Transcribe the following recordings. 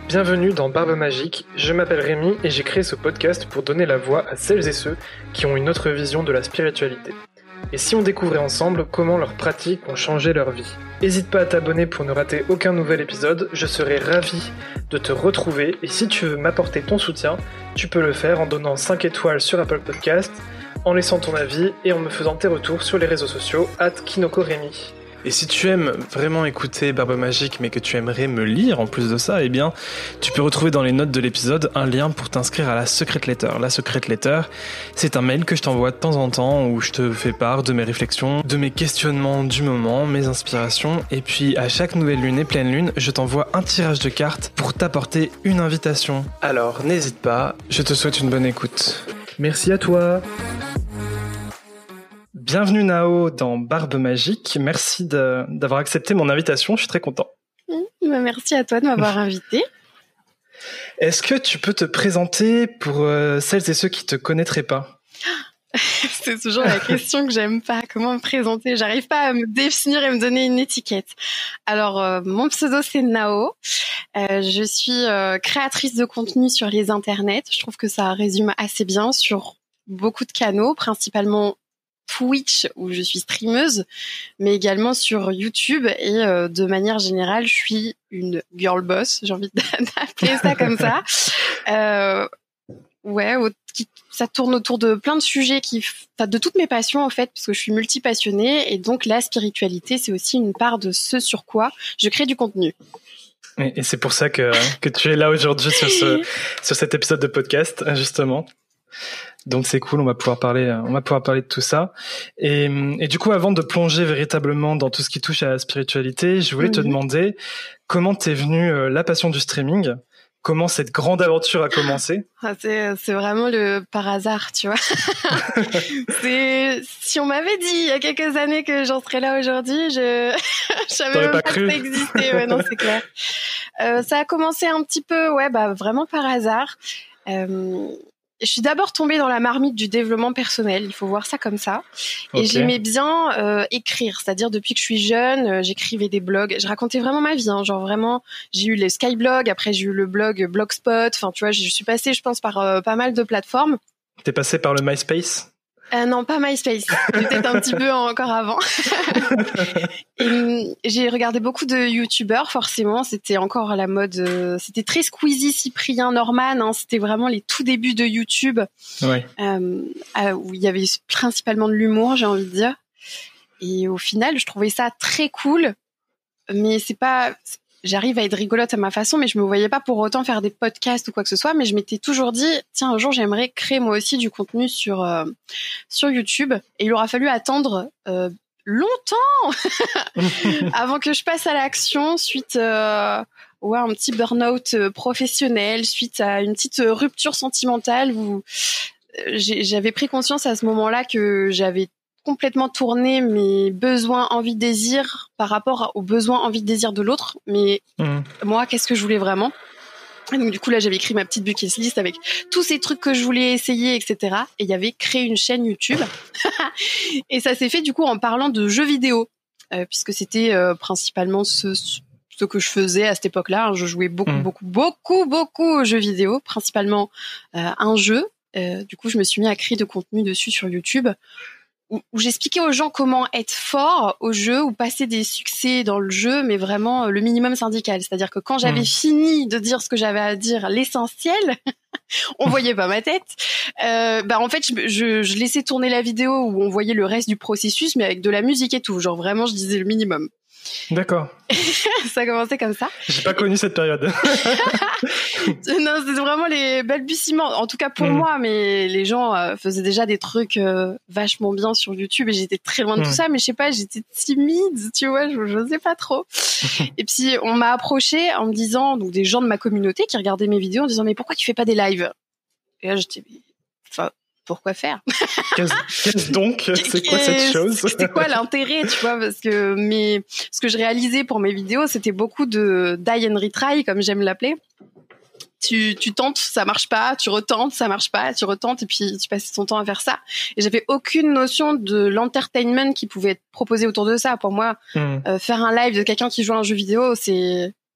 Bienvenue dans Barbe Magique, je m'appelle Rémi et j'ai créé ce podcast pour donner la voix à celles et ceux qui ont une autre vision de la spiritualité. Et si on découvrait ensemble comment leurs pratiques ont changé leur vie. N'hésite pas à t'abonner pour ne rater aucun nouvel épisode, je serai ravi de te retrouver et si tu veux m'apporter ton soutien, tu peux le faire en donnant 5 étoiles sur Apple Podcast, en laissant ton avis et en me faisant tes retours sur les réseaux sociaux @KinokoRémi. Et si tu aimes vraiment écouter Barbe Magique mais que tu aimerais me lire en plus de ça, eh bien, tu peux retrouver dans les notes de l'épisode un lien pour t'inscrire à la Secret Letter. La Secret Letter, c'est un mail que je t'envoie de temps en temps où je te fais part de mes réflexions, de mes questionnements du moment, mes inspirations. Et puis, à chaque nouvelle lune et pleine lune, je t'envoie un tirage de cartes pour t'apporter une invitation. Alors, n'hésite pas, je te souhaite une bonne écoute. Merci à toi. Bienvenue Nao dans Barbe Magique. Merci d'avoir accepté mon invitation, je suis très content. Merci à toi de m'avoir invité. Est-ce que tu peux te présenter pour celles et ceux qui te connaîtraient pas? C'est toujours la question que j'aime pas. Comment me présenter? J'arrive pas à me définir et me donner une étiquette. Alors, mon pseudo c'est Nao. Je suis créatrice de contenu sur les internets. Je trouve que ça résume assez bien sur beaucoup de canaux, principalement Twitch où je suis streameuse, mais également sur YouTube et de manière générale, je suis une girl boss, j'ai envie d'appeler ça comme ça. Ça tourne autour de plein de sujets de toutes mes passions en fait, parce que je suis multi-passionnée et donc la spiritualité, c'est aussi une part de ce sur quoi je crée du contenu. Et c'est pour ça que tu es là aujourd'hui sur cet épisode de podcast, justement. Donc c'est cool, on va pouvoir parler de tout ça. Et du coup, avant de plonger véritablement dans tout ce qui touche à la spiritualité, je voulais te demander comment t'es venue la passion du streaming, comment cette grande aventure a commencé. C'est vraiment le par hasard, tu vois. Si on m'avait dit il y a quelques années que j'en serais là aujourd'hui, je savais même pas que ça existait. Ouais, non, c'est clair. Ça a commencé un petit peu, vraiment par hasard. Je suis d'abord tombée dans la marmite du développement personnel, il faut voir ça comme ça. Et j'aimais bien écrire, c'est-à-dire depuis que je suis jeune, j'écrivais des blogs, je racontais vraiment ma vie, genre vraiment, j'ai eu les Skyblog, après j'ai eu le blog Blogspot, enfin tu vois, je suis passée je pense par pas mal de plateformes. T'es passée par le MySpace ? Non, pas MySpace. Peut-être un petit peu encore avant. Et j'ai regardé beaucoup de YouTubeurs, forcément. C'était encore à la mode. C'était très Squeezie, Cyprien, Norman. Hein, c'était vraiment les tout débuts de YouTube. Ouais. Où il y avait principalement de l'humour, j'ai envie de dire. Et au final, je trouvais ça très cool. Mais c'est pas... J'arrive à être rigolote à ma façon, mais je me voyais pas pour autant faire des podcasts ou quoi que ce soit. Mais je m'étais toujours dit, tiens, un jour, j'aimerais créer moi aussi du contenu sur YouTube. Et il aura fallu attendre longtemps avant que je passe à l'action suite un petit burn-out professionnel, suite à une petite rupture sentimentale où j'avais pris conscience à ce moment-là que j'avais complètement tourné mes besoins, envies, désirs par rapport aux besoins, envies, désirs de l'autre. Mais moi, qu'est-ce que je voulais vraiment? Et donc du coup, là, j'avais écrit ma petite bucket list avec tous ces trucs que je voulais essayer, etc. Et il y avait créé une chaîne YouTube. Et ça s'est fait du coup en parlant de jeux vidéo, puisque c'était principalement ce que je faisais à cette époque-là. Je jouais beaucoup aux jeux vidéo, principalement un jeu. Du coup, je me suis mis à créer de contenu dessus sur YouTube, où j'expliquais aux gens comment être fort au jeu ou passer des succès dans le jeu, mais vraiment le minimum syndical. C'est-à-dire que quand j'avais fini de dire ce que j'avais à dire, l'essentiel, on voyait pas ma tête. En fait, je laissais tourner la vidéo où on voyait le reste du processus, mais avec de la musique et tout. Genre vraiment, je disais le minimum. D'accord. Ça a commencé comme ça. J'ai pas connu cette période. Non, c'est vraiment les balbutiements. En tout cas pour moi, mais les gens faisaient déjà des trucs vachement bien sur YouTube et j'étais très loin de tout ça. Mais je sais pas, j'étais timide, tu vois, j'osais pas trop. Et puis on m'a approché en me disant, donc des gens de ma communauté qui regardaient mes vidéos en disant mais pourquoi tu fais pas des lives? Et là j'étais, pourquoi faire? Qu'est-ce donc? C'est quoi cette chose? C'était quoi l'intérêt, tu vois? Parce que ce que je réalisais pour mes vidéos, c'était beaucoup de die and retry, comme j'aime l'appeler. Tu tentes, ça marche pas, tu retentes, ça marche pas, tu retentes, et puis tu passes ton temps à faire ça. Et j'avais aucune notion de l'entertainment qui pouvait être proposé autour de ça. Pour moi, faire un live de quelqu'un qui joue à un jeu vidéo, c'est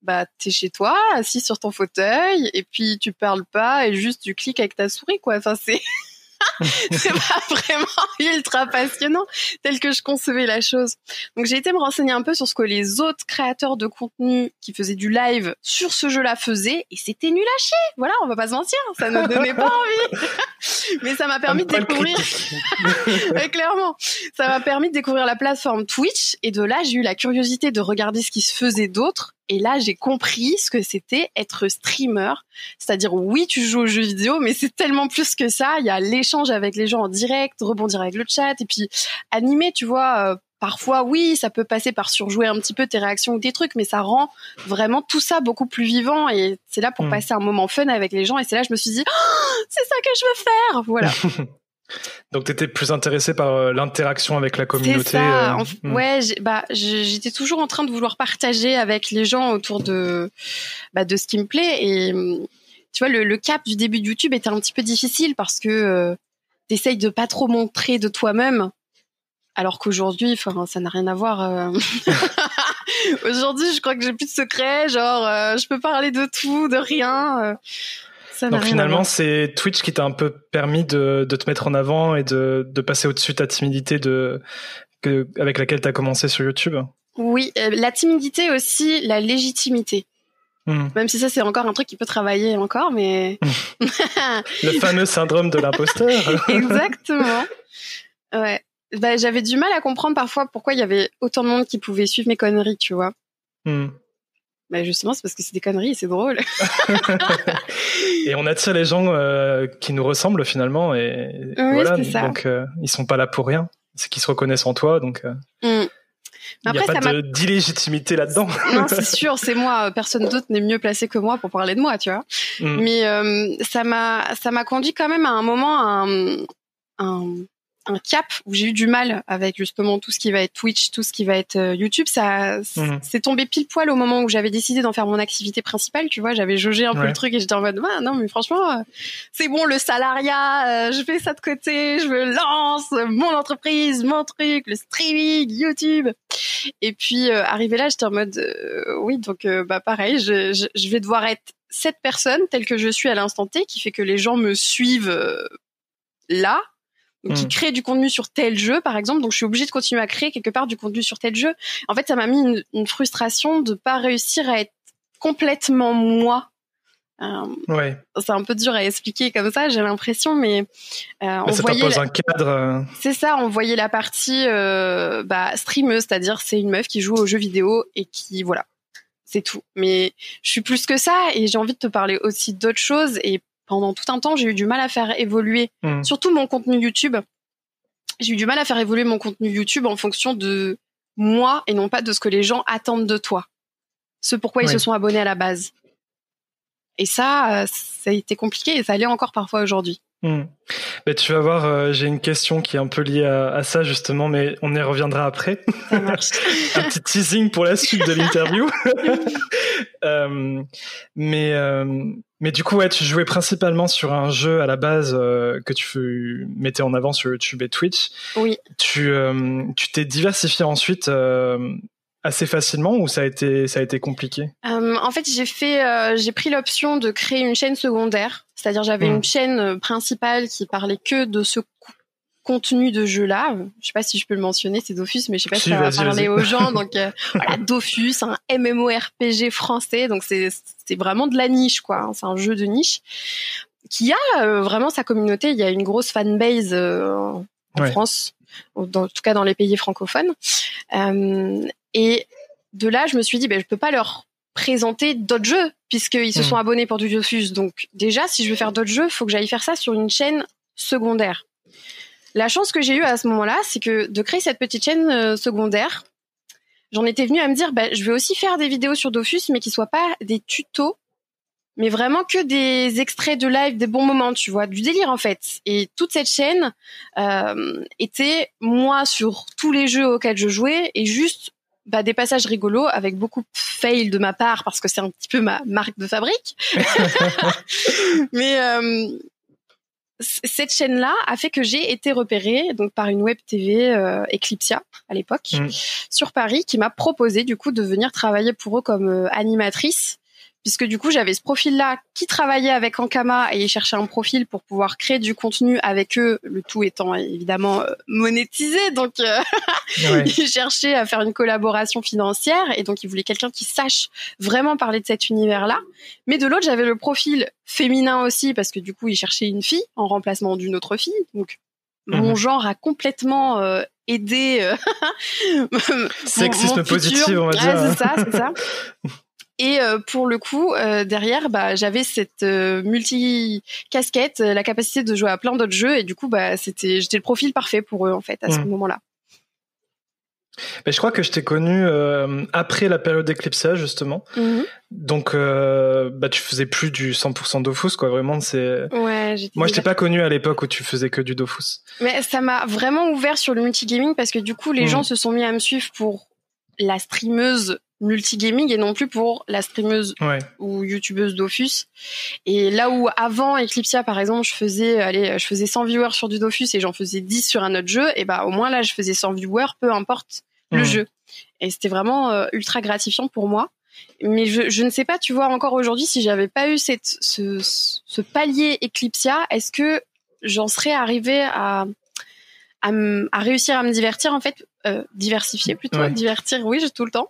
bah t'es chez toi, assis sur ton fauteuil, et puis tu parles pas et juste tu cliques avec ta souris, quoi. Enfin, c'est pas vraiment ultra passionnant tel que je concevais la chose. Donc j'ai été me renseigner un peu sur ce que les autres créateurs de contenu qui faisaient du live sur ce jeu-là faisaient, et c'était nul à chier. Voilà, on va pas se mentir, ça ne donnait pas envie. Mais ça m'a permis de découvrir ouais, clairement, ça m'a permis de découvrir la plateforme Twitch, et de là j'ai eu la curiosité de regarder ce qui se faisait d'autre. Et là, j'ai compris ce que c'était être streamer. C'est-à-dire, oui, tu joues aux jeux vidéo, mais c'est tellement plus que ça. Il y a l'échange avec les gens en direct, rebondir avec le chat, et puis animer, tu vois. Parfois, oui, ça peut passer par surjouer un petit peu tes réactions ou tes trucs, mais ça rend vraiment tout ça beaucoup plus vivant. Et c'est là pour passer un moment fun avec les gens. Et c'est là que je me suis dit, oh, c'est ça que je veux faire. Voilà. Donc, t'étais plus intéressée par l'interaction avec la communauté. C'est ça. Ouais, j'étais toujours en train de vouloir partager avec les gens autour de ce qui me plaît. Et tu vois, le cap du début de YouTube était un petit peu difficile parce que t'essayes de pas trop montrer de toi-même. Alors qu'aujourd'hui, enfin, ça n'a rien à voir. Aujourd'hui, je crois que j'ai plus de secrets. Genre, je peux parler de tout, de rien. Donc finalement, c'est Twitch qui t'a un peu permis de te mettre en avant et de passer au-dessus de ta timidité avec laquelle t'as commencé sur YouTube. Oui, la timidité aussi, la légitimité. Même si ça, c'est encore un truc qui peut travailler encore, mais... Le fameux syndrome de l'imposteur. Exactement. Ouais. Bah, j'avais du mal à comprendre parfois pourquoi il y avait autant de monde qui pouvait suivre mes conneries, tu vois. Bah justement, c'est parce que c'est des conneries et c'est drôle. Et on attire les gens qui nous ressemblent finalement, et oui, voilà. C'est ça. Donc ils sont pas là pour rien. C'est qu'ils se reconnaissent en toi, donc il n'y a pas d'illégitimité là-dedans. Non, c'est sûr, c'est moi. Personne d'autre n'est mieux placé que moi pour parler de moi, tu vois. Mais ça m'a conduit quand même à un moment à un cap où j'ai eu du mal avec justement tout ce qui va être Twitch, tout ce qui va être YouTube. Ça, c'est tombé pile poil au moment où j'avais décidé d'en faire mon activité principale. Tu vois, j'avais jaugé un peu le truc et j'étais en mode, non, mais franchement, c'est bon, le salariat, je fais ça de côté, je me lance, mon entreprise, mon truc, le streaming, YouTube. Et puis, arrivé là, j'étais en mode, oui, donc, pareil, je vais devoir être cette personne telle que je suis à l'instant T, qui fait que les gens me suivent là. Donc, qui crée du contenu sur tel jeu, par exemple. Donc, je suis obligée de continuer à créer quelque part du contenu sur tel jeu. En fait, ça m'a mis une frustration de pas réussir à être complètement moi. C'est un peu dur à expliquer comme ça, j'ai l'impression, mais on ça t'impose un cadre. C'est ça, on voyait la partie streameuse, c'est-à-dire c'est une meuf qui joue aux jeux vidéo et qui, voilà, c'est tout. Mais je suis plus que ça et j'ai envie de te parler aussi d'autres choses. Et pendant tout un temps, j'ai eu du mal à faire évoluer, surtout mon contenu YouTube. J'ai eu du mal à faire évoluer mon contenu YouTube en fonction de moi et non pas de ce que les gens attendent de toi. Ce pourquoi ils se sont abonnés à la base. Et ça a été compliqué et ça l'est encore parfois aujourd'hui. Mais tu vas voir, j'ai une question qui est un peu liée à ça justement, mais on y reviendra après. Ça marche. Un petit teasing pour la suite de l'interview. Mais du coup, ouais, tu jouais principalement sur un jeu à la base que tu mettais en avant sur YouTube et Twitch. Oui. Tu t'es diversifié ensuite assez facilement ou ça a été compliqué? En fait, j'ai pris l'option de créer une chaîne secondaire. C'est-à-dire, j'avais une chaîne principale qui parlait que de ce contenu de jeu-là. Je sais pas si je peux le mentionner, c'est Dofus, mais je sais pas si ça va parler aux gens. Donc, voilà, Dofus, un MMORPG français. Donc, c'est vraiment de la niche, quoi. C'est un jeu de niche qui a vraiment sa communauté. Il y a une grosse fanbase en France, en tout cas dans les pays francophones. Et de là, je me suis dit, je peux pas leur présenter d'autres jeux puisqu'ils se sont abonnés pour du Dofus. Donc déjà, si je veux faire d'autres jeux, faut que j'aille faire ça sur une chaîne secondaire. La chance que j'ai eue à ce moment-là, c'est que de créer cette petite chaîne secondaire, j'en étais venue à me dire, je vais aussi faire des vidéos sur Dofus, mais qui soient pas des tutos, mais vraiment que des extraits de live, des bons moments, tu vois, du délire en fait. Et toute cette chaîne était moi sur tous les jeux auxquels je jouais et juste des passages rigolos avec beaucoup de fails de ma part parce que c'est un petit peu ma marque de fabrique. Mais cette chaîne-là a fait que j'ai été repérée donc par une web TV Eclipsia à l'époque sur Paris qui m'a proposé du coup de venir travailler pour eux comme animatrice. Puisque du coup, j'avais ce profil-là qui travaillait avec Ankama et ils cherchaient un profil pour pouvoir créer du contenu avec eux, le tout étant évidemment monétisé. Donc, ils cherchaient à faire une collaboration financière et donc ils voulaient quelqu'un qui sache vraiment parler de cet univers-là. Mais de l'autre, j'avais le profil féminin aussi parce que du coup, ils cherchaient une fille en remplacement d'une autre fille. Donc, mon genre a complètement aidé sexisme mon positif, on va dire. C'est ça. Et pour le coup, derrière, j'avais cette multi-casquette, la capacité de jouer à plein d'autres jeux, et du coup, j'étais le profil parfait pour eux en fait à ce moment-là. Mais je crois que je t'ai connu après la période d'Eclipsia justement. Donc, tu faisais plus du 100% Dofus, quoi. Vraiment, c'est. Ouais. Moi, je t'ai pas connu à l'époque où tu faisais que du Dofus. Mais ça m'a vraiment ouvert sur le multigaming parce que du coup, les gens se sont mis à me suivre pour la streameuse multigaming et non plus pour la streameuse ou youtubeuse Dofus. Et là où avant Eclipsia par exemple je faisais 100 viewers sur du Dofus et j'en faisais 10 sur un autre jeu, et au moins là je faisais 100 viewers peu importe le jeu, et c'était vraiment ultra gratifiant pour moi. Mais je ne sais pas, tu vois, encore aujourd'hui, si j'avais pas eu ce palier Eclipsia, est-ce que j'en serais arrivée à réussir à me divertir en fait, diversifier plutôt, divertir, oui, j'ai tout le temps.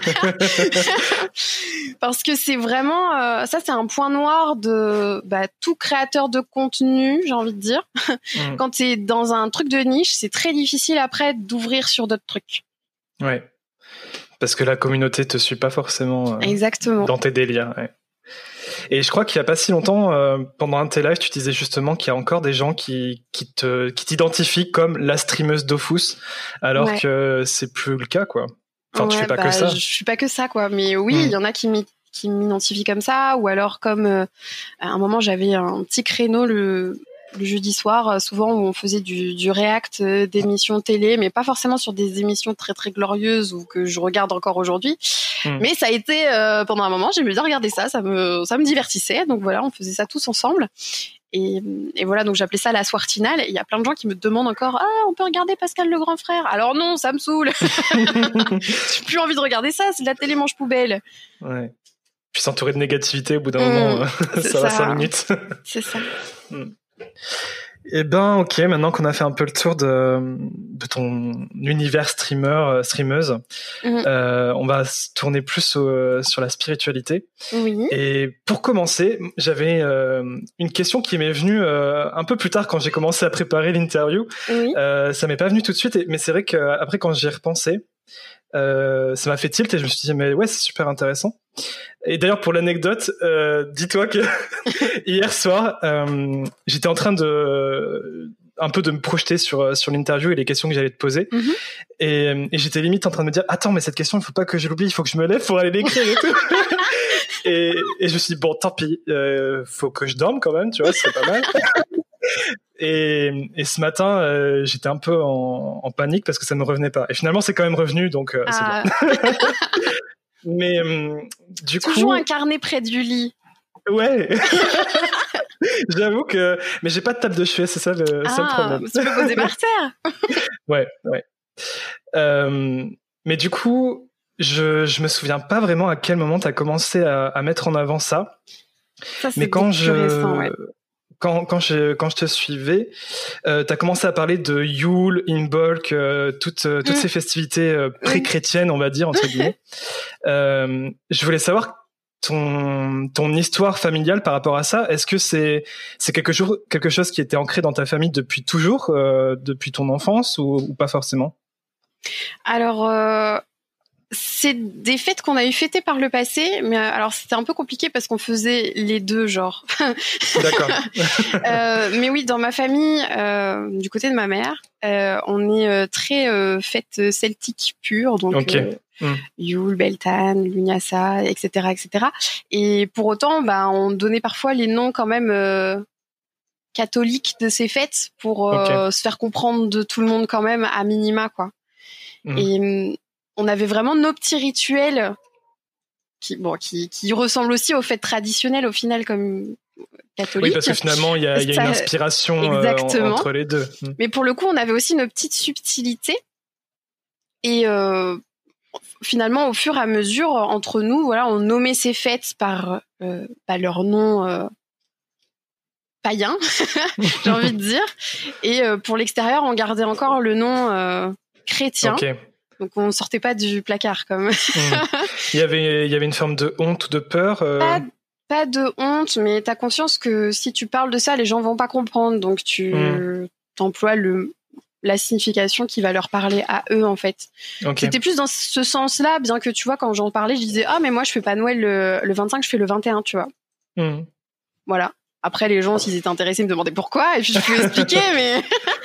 Parce que c'est vraiment, ça c'est un point noir de tout créateur de contenu, j'ai envie de dire. Quand t'es dans un truc de niche, c'est très difficile après d'ouvrir sur d'autres trucs. Ouais, parce que la communauté te suit pas forcément exactement dans tes délires. Ouais. Et je crois qu'il y a pas si longtemps, pendant un de tes lives, tu disais justement qu'il y a encore des gens qui t'identifient comme la streameuse Dofus, alors que c'est plus le cas, quoi. Enfin, tu fais pas que ça. Je suis pas que ça, quoi. Mais oui, il y en a qui m'identifient comme ça, ou alors comme à un moment j'avais un petit créneau le jeudi soir, souvent où on faisait du react d'émissions télé, mais pas forcément sur des émissions très très glorieuses ou que je regarde encore aujourd'hui. Mais ça a été pendant un moment, j'aimais bien regarder ça me divertissait. Donc voilà, on faisait ça tous ensemble. Et voilà, donc j'appelais ça la soirtinale. Et il y a plein de gens qui me demandent encore, on peut regarder Pascal le grand frère? Alors non, ça me saoule. J'ai plus envie de regarder ça, c'est de la télé manche poubelle. Ouais. Puis s'entourer de négativité au bout d'un moment, ça va 5 minutes. C'est ça. Eh ben, ok, maintenant qu'on a fait un peu le tour de ton univers streameuse, on va se tourner plus sur la spiritualité. Oui. Et pour commencer, j'avais une question qui m'est venue un peu plus tard quand j'ai commencé à préparer l'interview. Oui. Ça m'est pas venu tout de suite, mais c'est vrai qu'après quand j'y ai repensé, ça m'a fait tilt et je me suis dit mais ouais, c'est super intéressant. Et d'ailleurs pour l'anecdote, dis-toi que hier soir j'étais en train de me projeter sur l'interview et les questions que j'allais te poser, et j'étais limite en train de me dire attends, mais cette question il faut pas que je l'oublie, il faut que je me lève pour aller l'écrire et tout. et je me suis dit bon tant pis, faut que je dorme quand même, tu vois, c'est pas mal. Et ce matin, j'étais un peu en panique parce que ça me revenait pas. Et finalement, c'est quand même revenu, donc c'est bien. Mais du coup... Toujours un carnet près du lit. Ouais. J'avoue que... Mais j'ai pas de table de chevet, c'est ça le problème. Tu peux poser par terre. Ouais. Mais du coup, je me souviens pas vraiment à quel moment t'as commencé à mettre en avant ça. Ça, c'est plus récent, ouais. Quand je te suivais, t'as commencé à parler de Yule, Imbolc, toutes ces festivités pré-chrétiennes, on va dire, entre guillemets. Je voulais savoir ton histoire familiale par rapport à ça. Est-ce que c'est quelque chose qui était ancré dans ta famille depuis toujours, depuis ton enfance, ou pas forcément? Alors, c'est des fêtes qu'on a eu fêtées par le passé, mais alors c'était un peu compliqué parce qu'on faisait les deux genres. D'accord. Mais oui, dans ma famille, du côté de ma mère, on est très fête celtique pure, donc Yule, Beltane, Lugnasa, etc., etc. Et pour autant, on donnait parfois les noms quand même catholiques de ces fêtes pour se faire comprendre de tout le monde quand même à minima, quoi. Et on avait vraiment nos petits rituels qui ressemblent aussi aux fêtes traditionnelles au final, comme catholique. Oui, parce que finalement, il y a une inspiration entre les deux. Mais pour le coup, on avait aussi nos petites subtilités. Et finalement, au fur et à mesure, entre nous, voilà, on nommait ces fêtes par leur nom païen, j'ai envie de dire. Et pour l'extérieur, on gardait encore le nom chrétien. Okay. Donc on sortait pas du placard comme. Il y avait une forme de honte ou de peur. Pas de honte, mais t'as conscience que si tu parles de ça, les gens vont pas comprendre. Donc tu t'emploies la signification qui va leur parler à eux en fait. Okay. C'était plus dans ce sens-là, bien que tu vois quand j'en parlais, je disais mais moi je fais pas Noël le 25, je fais le 21, tu vois. Voilà. Après les gens s'ils étaient intéressés me demandaient pourquoi et puis je pouvais expliquer mais.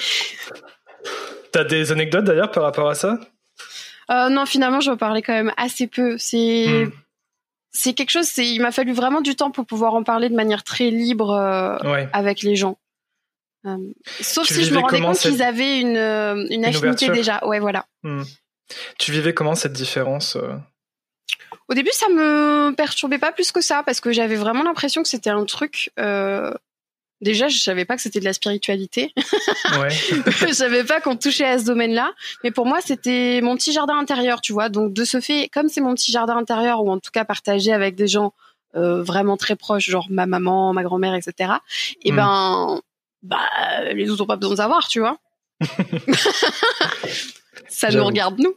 T'as des anecdotes d'ailleurs par rapport à ça? Non, finalement j'en parlais quand même assez peu. C'est quelque chose, il m'a fallu vraiment du temps pour pouvoir en parler de manière très libre avec les gens. Sauf si je me rendais compte qu'ils avaient une affinité ouverture. Déjà. Ouais, voilà. Tu vivais comment cette différence Au début, ça me perturbait pas plus que ça parce que j'avais vraiment l'impression que c'était un truc. Déjà, je savais pas que c'était de la spiritualité. Ouais. Je savais pas qu'on touchait à ce domaine-là. Mais pour moi, c'était mon petit jardin intérieur, tu vois. Donc, de ce fait, comme c'est mon petit jardin intérieur, ou en tout cas partagé avec des gens vraiment très proches, genre ma maman, ma grand-mère, etc. Et les autres ont pas besoin de savoir, tu vois. Ça nous regarde, nous.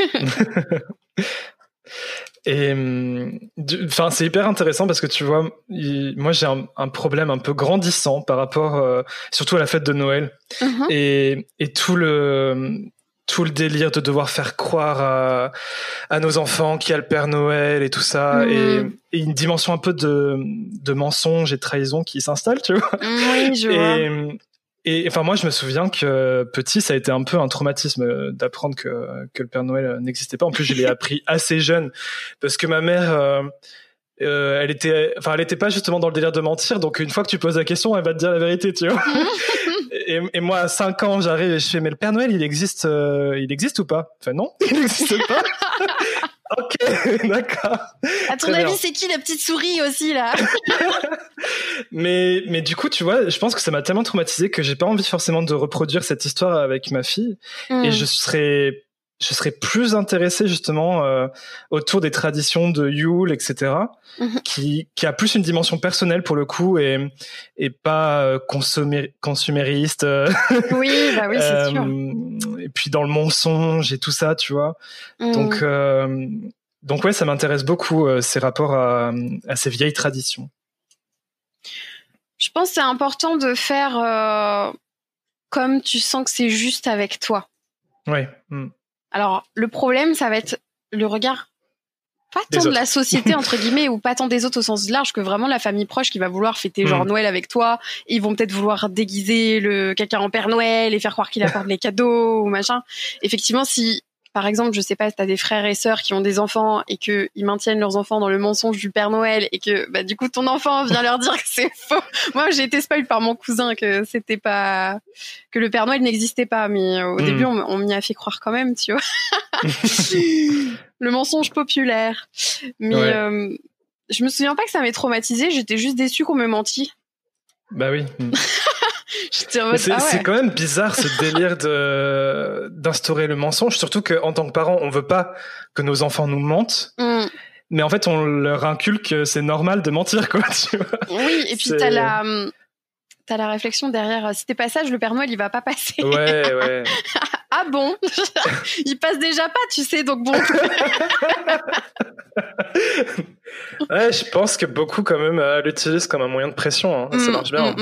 Et enfin, c'est hyper intéressant parce que tu vois, moi j'ai un problème un peu grandissant par rapport surtout à la fête de Noël et tout le délire de devoir faire croire à nos enfants qu'il y a le Père Noël et tout ça et une dimension un peu de mensonge et de trahison qui s'installe, tu vois. Oui, je vois. Et enfin, moi, je me souviens que petit, ça a été un peu un traumatisme d'apprendre que le Père Noël n'existait pas. En plus, je l'ai appris assez jeune parce que ma mère, elle était pas justement dans le délire de mentir. Donc, une fois que tu poses la question, elle va te dire la vérité, tu vois. Et moi, à 5 ans, j'arrive et je fais, mais le Père Noël, il existe ou pas? Enfin, non, il n'existe pas. Ok, d'accord. À ton avis, c'est qui la petite souris aussi, là? mais du coup, tu vois, je pense que ça m'a tellement traumatisé que j'ai pas envie forcément de reproduire cette histoire avec ma fille. Et je serais plus intéressé justement autour des traditions de Yule, etc., qui a plus une dimension personnelle pour le coup et pas consumériste. Oui, bah oui, c'est sûr. Et puis dans le mensonge et tout ça, tu vois. Donc ouais, ça m'intéresse beaucoup ces rapports à ces vieilles traditions. Je pense que c'est important de faire comme tu sens que c'est juste avec toi. Ouais. Alors, le problème, ça va être le regard, pas tant de la société, entre guillemets, ou pas tant des autres au sens large, que vraiment la famille proche qui va vouloir fêter genre Noël avec toi. Ils vont peut-être vouloir déguiser quelqu'un en Père Noël et faire croire qu'il apporte les cadeaux ou machin. Effectivement, si, par exemple, je sais pas, si t'as des frères et sœurs qui ont des enfants et qu'ils maintiennent leurs enfants dans le mensonge du Père Noël et que, bah, du coup, ton enfant vient leur dire que c'est faux. Moi, j'ai été spoil par mon cousin que c'était pas, que le Père Noël n'existait pas, mais au début, on m'y a fait croire quand même, tu vois. Le mensonge populaire. Mais, je me souviens pas que ça m'ait traumatisée, j'étais juste déçue qu'on me mentit. Bah oui. C'est quand même bizarre ce délire d'instaurer le mensonge, surtout qu'en tant que parents, on veut pas que nos enfants nous mentent. Mais en fait, on leur inculque que c'est normal de mentir, quoi, tu vois. Oui, et puis t'as la réflexion derrière, si t'es pas sage, le Père Noël, il va pas passer. Ouais. Ah bon? Il passe déjà pas, tu sais, donc bon. Ouais, je pense que beaucoup, quand même, l'utilisent comme un moyen de pression, hein. Ça marche bien.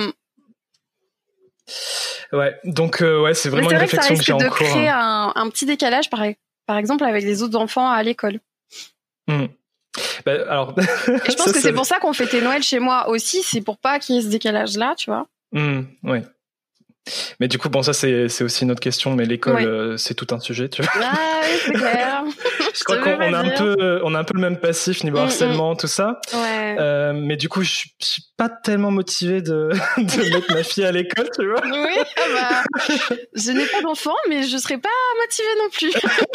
Ouais, donc, c'est vraiment une réflexion que j'ai en cours. C'est vrai que ça risque de créer un petit décalage, par exemple, avec les autres enfants à l'école. Bah, alors... Et je pense que c'est pour ça qu'on fêtait Noël chez moi aussi, c'est pour pas qu'il y ait ce décalage-là, tu vois. Ouais. Mais du coup, bon, ça c'est aussi une autre question, mais l'école, c'est tout un sujet, tu vois. Ah oui, c'est clair. Je crois qu'on a un peu le même passif niveau harcèlement, tout ça. Ouais. Mais du coup, je suis pas tellement motivé de mettre ma fille à l'école, tu vois. Oui, je n'ai pas d'enfant, mais je serais pas motivée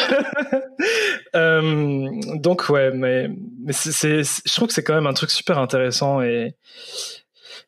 non plus. Donc ouais, mais je trouve que c'est quand même un truc super intéressant et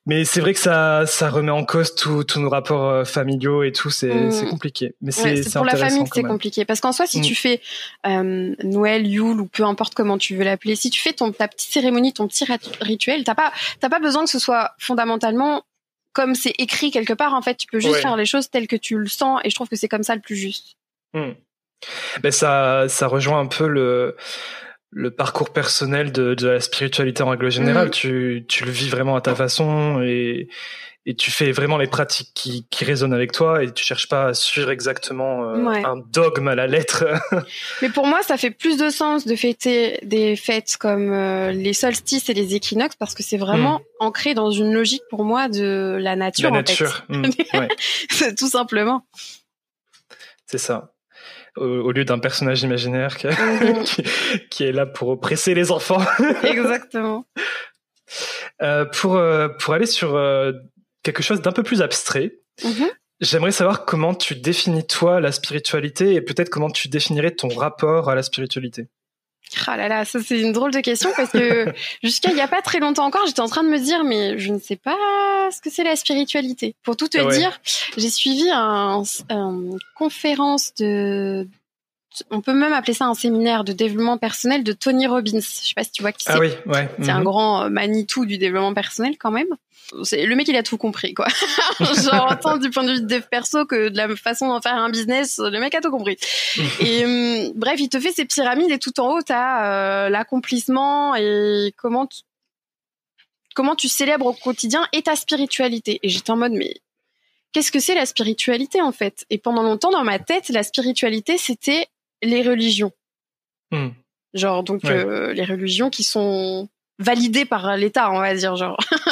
Mais c'est vrai que ça remet en cause tous nos rapports familiaux et tout, c'est compliqué. Mais c'est pour la famille que c'est même compliqué. Parce qu'en soi, si tu fais Noël, Yule ou peu importe comment tu veux l'appeler, si tu fais ta petite cérémonie, ton petit rituel, t'as pas besoin que ce soit fondamentalement comme c'est écrit quelque part. En fait, tu peux juste faire les choses telles que tu le sens, et je trouve que c'est comme ça le plus juste. Ben ça rejoint un peu le parcours personnel de la spiritualité en règle générale. Tu le vis vraiment à ta façon et tu fais vraiment les pratiques qui résonnent avec toi, et tu cherches pas à suivre exactement un dogme à la lettre. Mais pour moi, ça fait plus de sens de fêter des fêtes comme les solstices et les équinoxes, parce que c'est vraiment ancré dans une logique pour moi de la nature. La nature, c'est tout simplement. C'est ça. Au lieu d'un personnage imaginaire qui est là pour oppresser les enfants. Exactement. Pour aller sur quelque chose d'un peu plus abstrait, j'aimerais savoir comment tu définis toi la spiritualité, et peut-être comment tu définirais ton rapport à la spiritualité. Ah là là, ça c'est une drôle de question, parce que jusqu'à il y a pas très longtemps encore, j'étais en train de me dire mais je ne sais pas ce que c'est la spiritualité. Pour tout te dire, j'ai suivi une conférence on peut même appeler ça un séminaire de développement personnel de Tony Robbins. Je sais pas si tu vois qui c'est. Ah oui, C'est un grand Manitou du développement personnel quand même. Le mec, il a tout compris, quoi. Genre, autant du point de vue de dev perso que de la façon d'en faire un business, le mec a tout compris. Et bref, il te fait ces pyramides, et tout en haut, t'as l'accomplissement et comment tu célèbres au quotidien et ta spiritualité. Et j'étais en mode, mais qu'est-ce que c'est la spiritualité, en fait? Et pendant longtemps, dans ma tête, la spiritualité, c'était les religions. Genre, donc, les religions qui sont validées par l'État, on va dire, genre.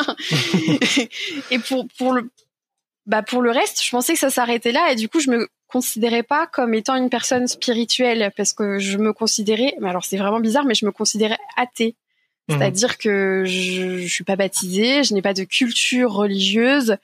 Et pour le reste, je pensais que ça s'arrêtait là, et du coup, je me considérais pas comme étant une personne spirituelle, parce que je me considérais, mais alors c'est vraiment bizarre, mais je me considérais athée. C'est-à-dire que je suis pas baptisée, je n'ai pas de culture religieuse,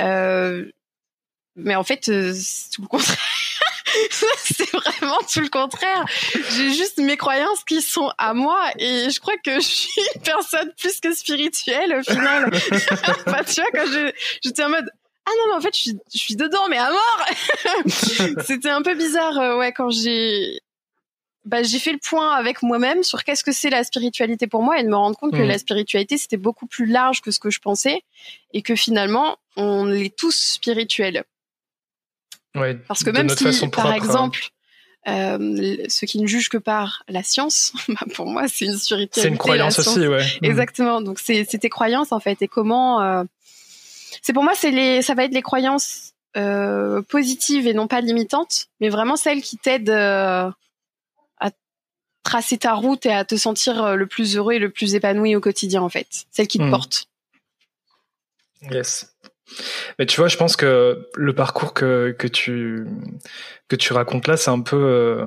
mais en fait, c'est tout le contraire. C'est vraiment tout le contraire. J'ai juste mes croyances qui sont à moi, et je crois que je suis une personne plus que spirituelle au final. Enfin, tu vois, quand j'étais en mode ah non, mais en fait je suis dedans, mais à mort. C'était un peu bizarre, quand j'ai fait le point avec moi-même sur qu'est-ce que c'est la spiritualité pour moi, et de me rendre compte que la spiritualité, c'était beaucoup plus large que ce que je pensais, et que finalement on est tous spirituels. Ouais, parce que même si, par exemple, ceux qui ne jugent que par la science, pour moi, c'est une spiritualité. C'est une croyance aussi, ouais. Exactement. Donc, c'est tes croyances, en fait. Et comment... c'est pour moi, ça va être les croyances positives et non pas limitantes, mais vraiment celles qui t'aident à tracer ta route et à te sentir le plus heureux et le plus épanoui au quotidien, en fait. Celles qui te portent. Yes. Mais tu vois, je pense que le parcours que tu racontes là, c'est un peu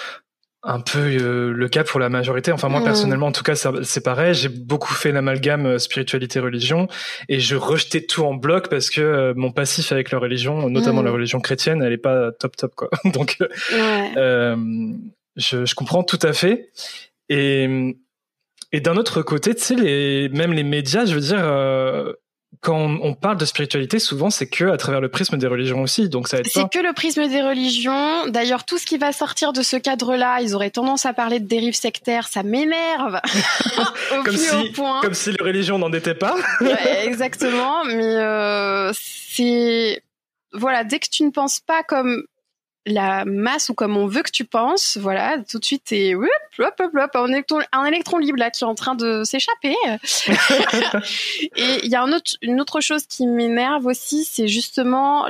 le cas pour la majorité. Enfin, moi, personnellement, en tout cas, c'est pareil. J'ai beaucoup fait l'amalgame spiritualité-religion, et je rejetais tout en bloc parce que mon passif avec la religion, notamment la religion chrétienne, elle est pas top, quoi. Donc, je comprends tout à fait. Et d'un autre côté, tu sais, même les médias, je veux dire, quand on parle de spiritualité, souvent, c'est que à travers le prisme des religions aussi, donc ça aide pas. C'est que le prisme des religions. D'ailleurs, tout ce qui va sortir de ce cadre-là, ils auraient tendance à parler de dérives sectaires. Ça m'énerve au plus haut point. Comme si les religions n'en étaient pas. Ouais, exactement. Mais c'est... Voilà, dès que tu ne penses pas comme la masse ou comme on veut que tu penses, voilà, tout de suite t'es un électron libre là qui est en train de s'échapper. Et il y a une autre chose qui m'énerve aussi, c'est justement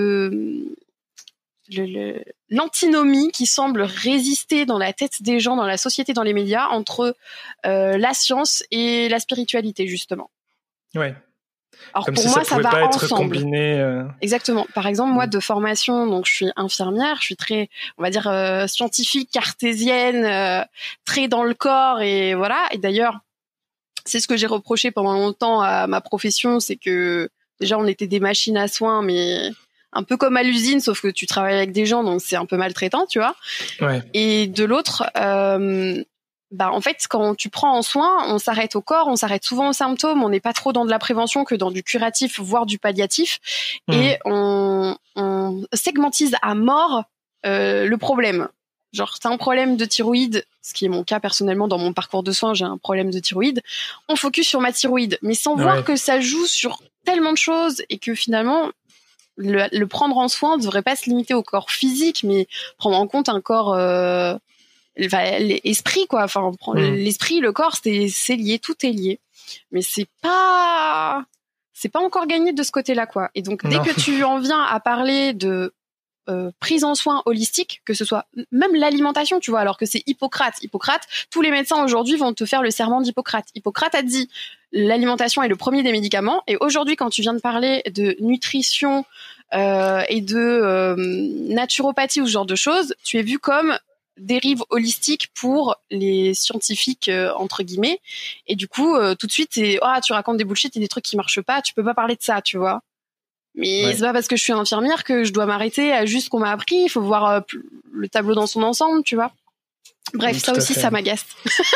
l'antinomie qui semble résister dans la tête des gens, dans la société, dans les médias, entre la science et la spiritualité, justement. Ouais. Alors comme pour si moi, ça va pouvait pas être ensemble. Combiné. Exactement. Par exemple, moi de formation, donc je suis infirmière, je suis très, on va dire, scientifique, cartésienne, très dans le corps, et voilà. Et d'ailleurs, c'est ce que j'ai reproché pendant longtemps à ma profession, c'est que déjà on était des machines à soins, mais un peu comme à l'usine, sauf que tu travailles avec des gens, donc c'est un peu maltraitant, tu vois. Ouais. Et de l'autre, en fait, quand tu prends en soin, on s'arrête au corps, on s'arrête souvent aux symptômes, on n'est pas trop dans de la prévention que dans du curatif, voire du palliatif, et on segmentise à mort le problème. Genre, t'as un problème de thyroïde, ce qui est mon cas personnellement dans mon parcours de soins, j'ai un problème de thyroïde. On focus sur ma thyroïde, mais sans voir que ça joue sur tellement de choses et que finalement, le prendre en soin ne devrait pas se limiter au corps physique, mais prendre en compte un corps, l'esprit, quoi. Enfin, l'esprit, le corps, c'est lié, tout est lié. Mais c'est pas encore gagné de ce côté-là, quoi. Et donc, dès que tu en viens à parler de prise en soin holistique, que ce soit même l'alimentation, tu vois, alors que c'est Hippocrate, tous les médecins aujourd'hui vont te faire le serment d'Hippocrate. Hippocrate a dit l'alimentation est le premier des médicaments, et aujourd'hui quand tu viens de parler de nutrition et de naturopathie ou ce genre de choses, tu es vu comme dérive holistique pour les scientifiques entre guillemets, et du coup tout de suite c'est tu racontes des bullshit et des trucs qui marchent pas, tu peux pas parler de ça, tu vois. Mais c'est pas parce que je suis infirmière que je dois m'arrêter à juste ce qu'on m'a appris. Il faut voir le tableau dans son ensemble, tu vois. Bref, ça aussi, ça m'agace.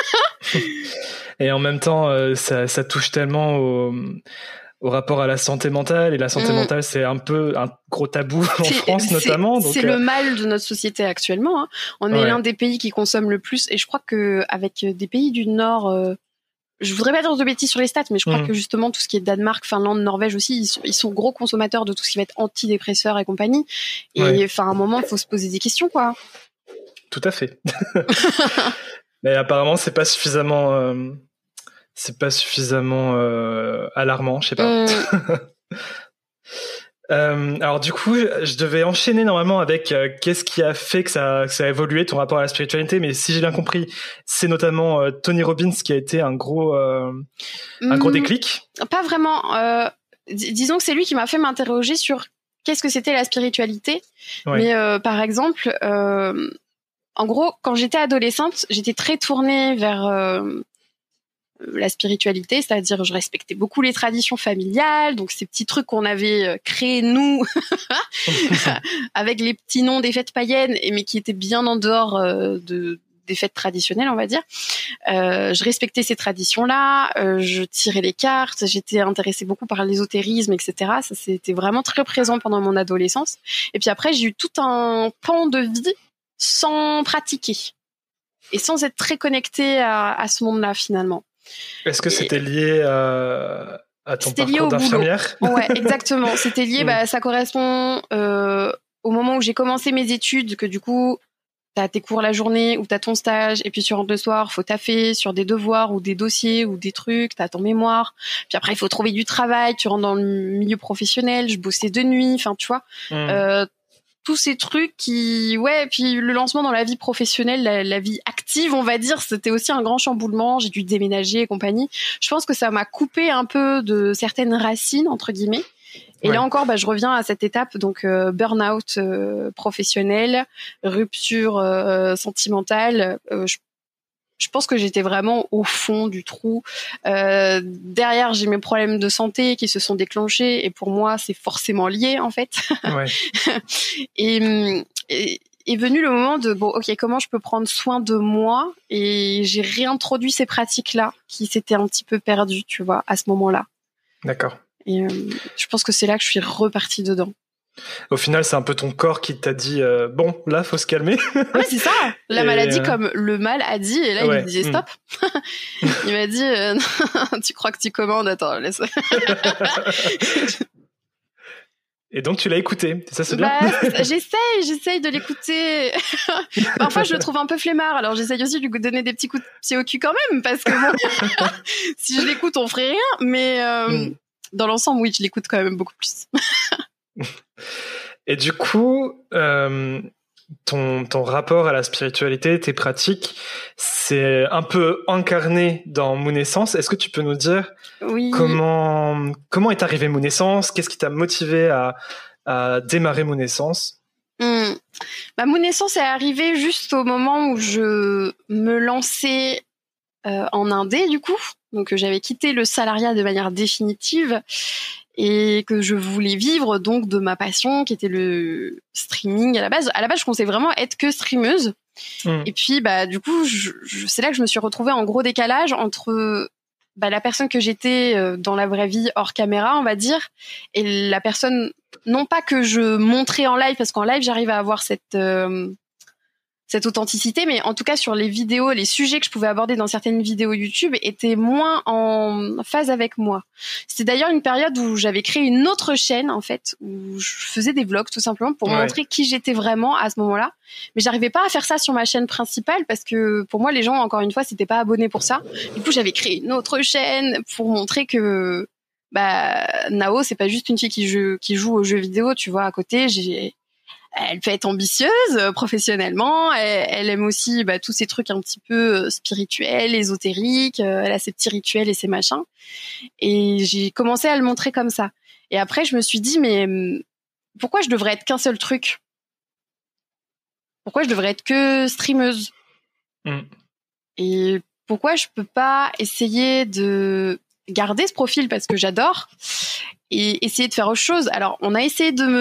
Et en même temps, ça touche tellement au rapport à la santé mentale. Et la santé mentale, c'est un peu un gros tabou en France, notamment. C'est le mal de notre société actuellement. Hein. On est l'un des pays qui consomme le plus. Et je crois qu'avec des pays du Nord... je voudrais pas dire de bêtises sur les stats, mais je crois que justement tout ce qui est Danemark, Finlande, Norvège aussi, ils sont gros consommateurs de tout ce qui va être antidépresseurs et compagnie. Et à un moment, il faut se poser des questions, quoi. Tout à fait. Mais apparemment, c'est pas suffisamment alarmant, je sais pas. Alors du coup, je devais enchaîner normalement avec qu'est-ce qui a fait que ça a évolué ton rapport à la spiritualité, mais si j'ai bien compris, c'est notamment Tony Robbins qui a été un gros déclic. Pas vraiment. Disons que c'est lui qui m'a fait m'interroger sur qu'est-ce que c'était la spiritualité. Mais par exemple, en gros, quand j'étais adolescente, j'étais très tournée vers la spiritualité, c'est-à-dire je respectais beaucoup les traditions familiales, donc ces petits trucs qu'on avait créés nous avec les petits noms des fêtes païennes, mais qui étaient bien en dehors des fêtes traditionnelles, on va dire. Je respectais ces traditions-là, je tirais les cartes, j'étais intéressée beaucoup par l'ésotérisme, etc. Ça, c'était vraiment très présent pendant mon adolescence. Et puis après, j'ai eu tout un pan de vie sans pratiquer et sans être très connectée à ce monde-là, finalement. Est-ce que c'était lié à ton parcours d'infirmière ? Ouais, exactement. C'était lié, ça correspond au moment où j'ai commencé mes études, que du coup, t'as tes cours la journée ou t'as ton stage, et puis tu rentres le soir, faut taffer sur des devoirs ou des dossiers ou des trucs, t'as ton mémoire. Puis après, il faut trouver du travail, tu rentres dans le milieu professionnel, je bossais de nuit, enfin, tu vois. Tous ces trucs puis le lancement dans la vie professionnelle, la vie active, on va dire, c'était aussi un grand chamboulement. J'ai dû déménager et compagnie. Je pense que ça m'a coupé un peu de certaines racines, entre guillemets. Et là encore, je reviens à cette étape, donc burn-out professionnel, rupture sentimentale. Je pense que j'étais vraiment au fond du trou. Derrière, j'ai mes problèmes de santé qui se sont déclenchés, et pour moi, c'est forcément lié, en fait. Et est venu le moment de comment je peux prendre soin de moi, et j'ai réintroduit ces pratiques-là qui s'étaient un petit peu perdues, tu vois, à ce moment-là. D'accord. Et je pense que c'est là que je suis repartie dedans. Au final, c'est un peu ton corps qui t'a dit bon, là, faut se calmer. Ouais, c'est ça. La maladie, comme le mal a dit, et là, il me disait stop. Il m'a dit tu crois que tu commandes, attends, laisse. Et donc, tu l'as écouté, ça, c'est bien. J'essaye de l'écouter. Parfois, je le trouve un peu flemmard, alors j'essaye aussi de lui donner des petits coups de pied au cul quand même, parce que bon, si je l'écoute, on ferait rien, mais dans l'ensemble, oui, je l'écoute quand même beaucoup plus. Et du coup, ton rapport à la spiritualité, tes pratiques, c'est un peu incarné dans Moonessence. Est-ce que tu peux nous dire comment est arrivé Moonessence ? Qu'est-ce qui t'a motivé à démarrer Moonessence ? Moonessence est arrivé juste au moment où je me lançais en indé, du coup. Donc, j'avais quitté le salariat de manière définitive et que je voulais vivre donc de ma passion qui était le streaming à la base. À la base, je pensais vraiment être que streameuse. Et puis, du coup, c'est là que je me suis retrouvée en gros décalage entre la personne que j'étais dans la vraie vie hors caméra, on va dire, et la personne, non pas que je montrais en live, parce qu'en live, j'arrive à avoir cette authenticité, mais en tout cas sur les vidéos, les sujets que je pouvais aborder dans certaines vidéos YouTube étaient moins en phase avec moi. C'était d'ailleurs une période où j'avais créé une autre chaîne, en fait, où je faisais des vlogs tout simplement pour montrer qui j'étais vraiment à ce moment-là. Mais j'arrivais pas à faire ça sur ma chaîne principale parce que pour moi, les gens, encore une fois, s'étaient pas abonnés pour ça. Du coup, j'avais créé une autre chaîne pour montrer que Nao, c'est pas juste une fille qui joue aux jeux vidéo, tu vois, à côté, elle peut être ambitieuse professionnellement, elle aime aussi tous ces trucs un petit peu spirituels, ésotériques, elle a ses petits rituels et ses machins. Et j'ai commencé à le montrer comme ça. Et après, je me suis dit, mais pourquoi je devrais être qu'un seul truc ? Pourquoi je devrais être que streameuse ? Et pourquoi je peux pas essayer de garder ce profil parce que j'adore et essayer de faire autre chose. Alors, on a essayé de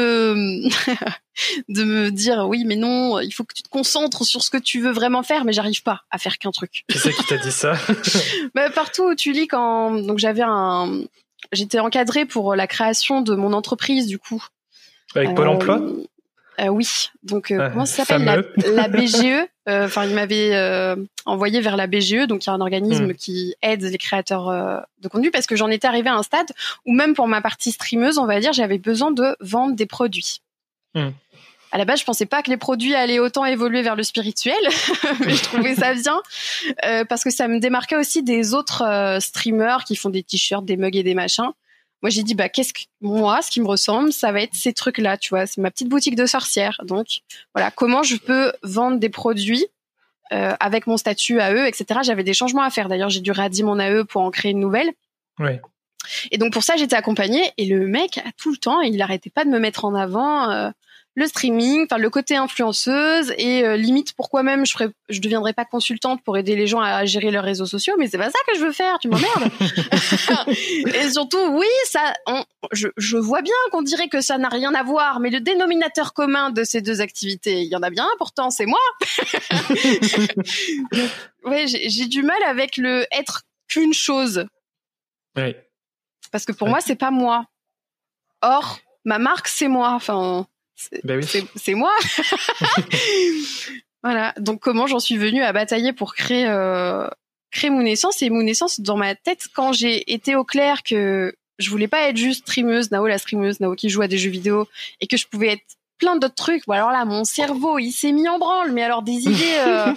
me dire oui, mais non, il faut que tu te concentres sur ce que tu veux vraiment faire, mais j'arrive pas à faire qu'un truc. Qui c'est qui t'a dit ça ? Partout où tu lis donc j'étais encadrée pour la création de mon entreprise du coup. Avec Pôle emploi ? Oui, donc comment ça s'appelle la BGE. Il m'avait envoyé vers la BGE, donc il y a un organisme qui aide les créateurs de contenu, parce que j'en étais arrivée à un stade où même pour ma partie streameuse, on va dire, j'avais besoin de vendre des produits. À la base, je pensais pas que les produits allaient autant évoluer vers le spirituel, mais je trouvais ça bien parce que ça me démarquait aussi des autres streamers qui font des t-shirts, des mugs et des machins. Moi, j'ai dit, ce qui me ressemble, ça va être ces trucs-là, tu vois. C'est ma petite boutique de sorcière. Donc, voilà, comment je peux vendre des produits avec mon statut AE, etc. J'avais des changements à faire. D'ailleurs, j'ai dû radier mon AE pour en créer une nouvelle. Ouais. Et donc, pour ça, j'étais accompagnée. Et le mec, tout le temps, il arrêtait pas de me mettre en avant le streaming, le côté influenceuse et limite pourquoi même je deviendrais pas consultante pour aider les gens à gérer leurs réseaux sociaux, mais c'est pas ça que je veux faire, tu m'emmerdes. Et surtout, oui, je vois bien qu'on dirait que ça n'a rien à voir, mais le dénominateur commun de ces deux activités, il y en a bien un, pourtant c'est moi. Ouais, j'ai du mal avec le être qu'une chose. Oui. Parce que pour moi, c'est pas moi. Or, ma marque, c'est moi. Enfin, c'est moi. Voilà. Donc, comment j'en suis venue à batailler pour créer Moonessence. Et Moonessence, dans ma tête, quand j'ai été au clair que je voulais pas être juste streameuse, Nao la streameuse, Nao qui joue à des jeux vidéo, et que je pouvais être plein d'autres trucs. Bon, alors là, mon cerveau, il s'est mis en branle, mais alors des idées...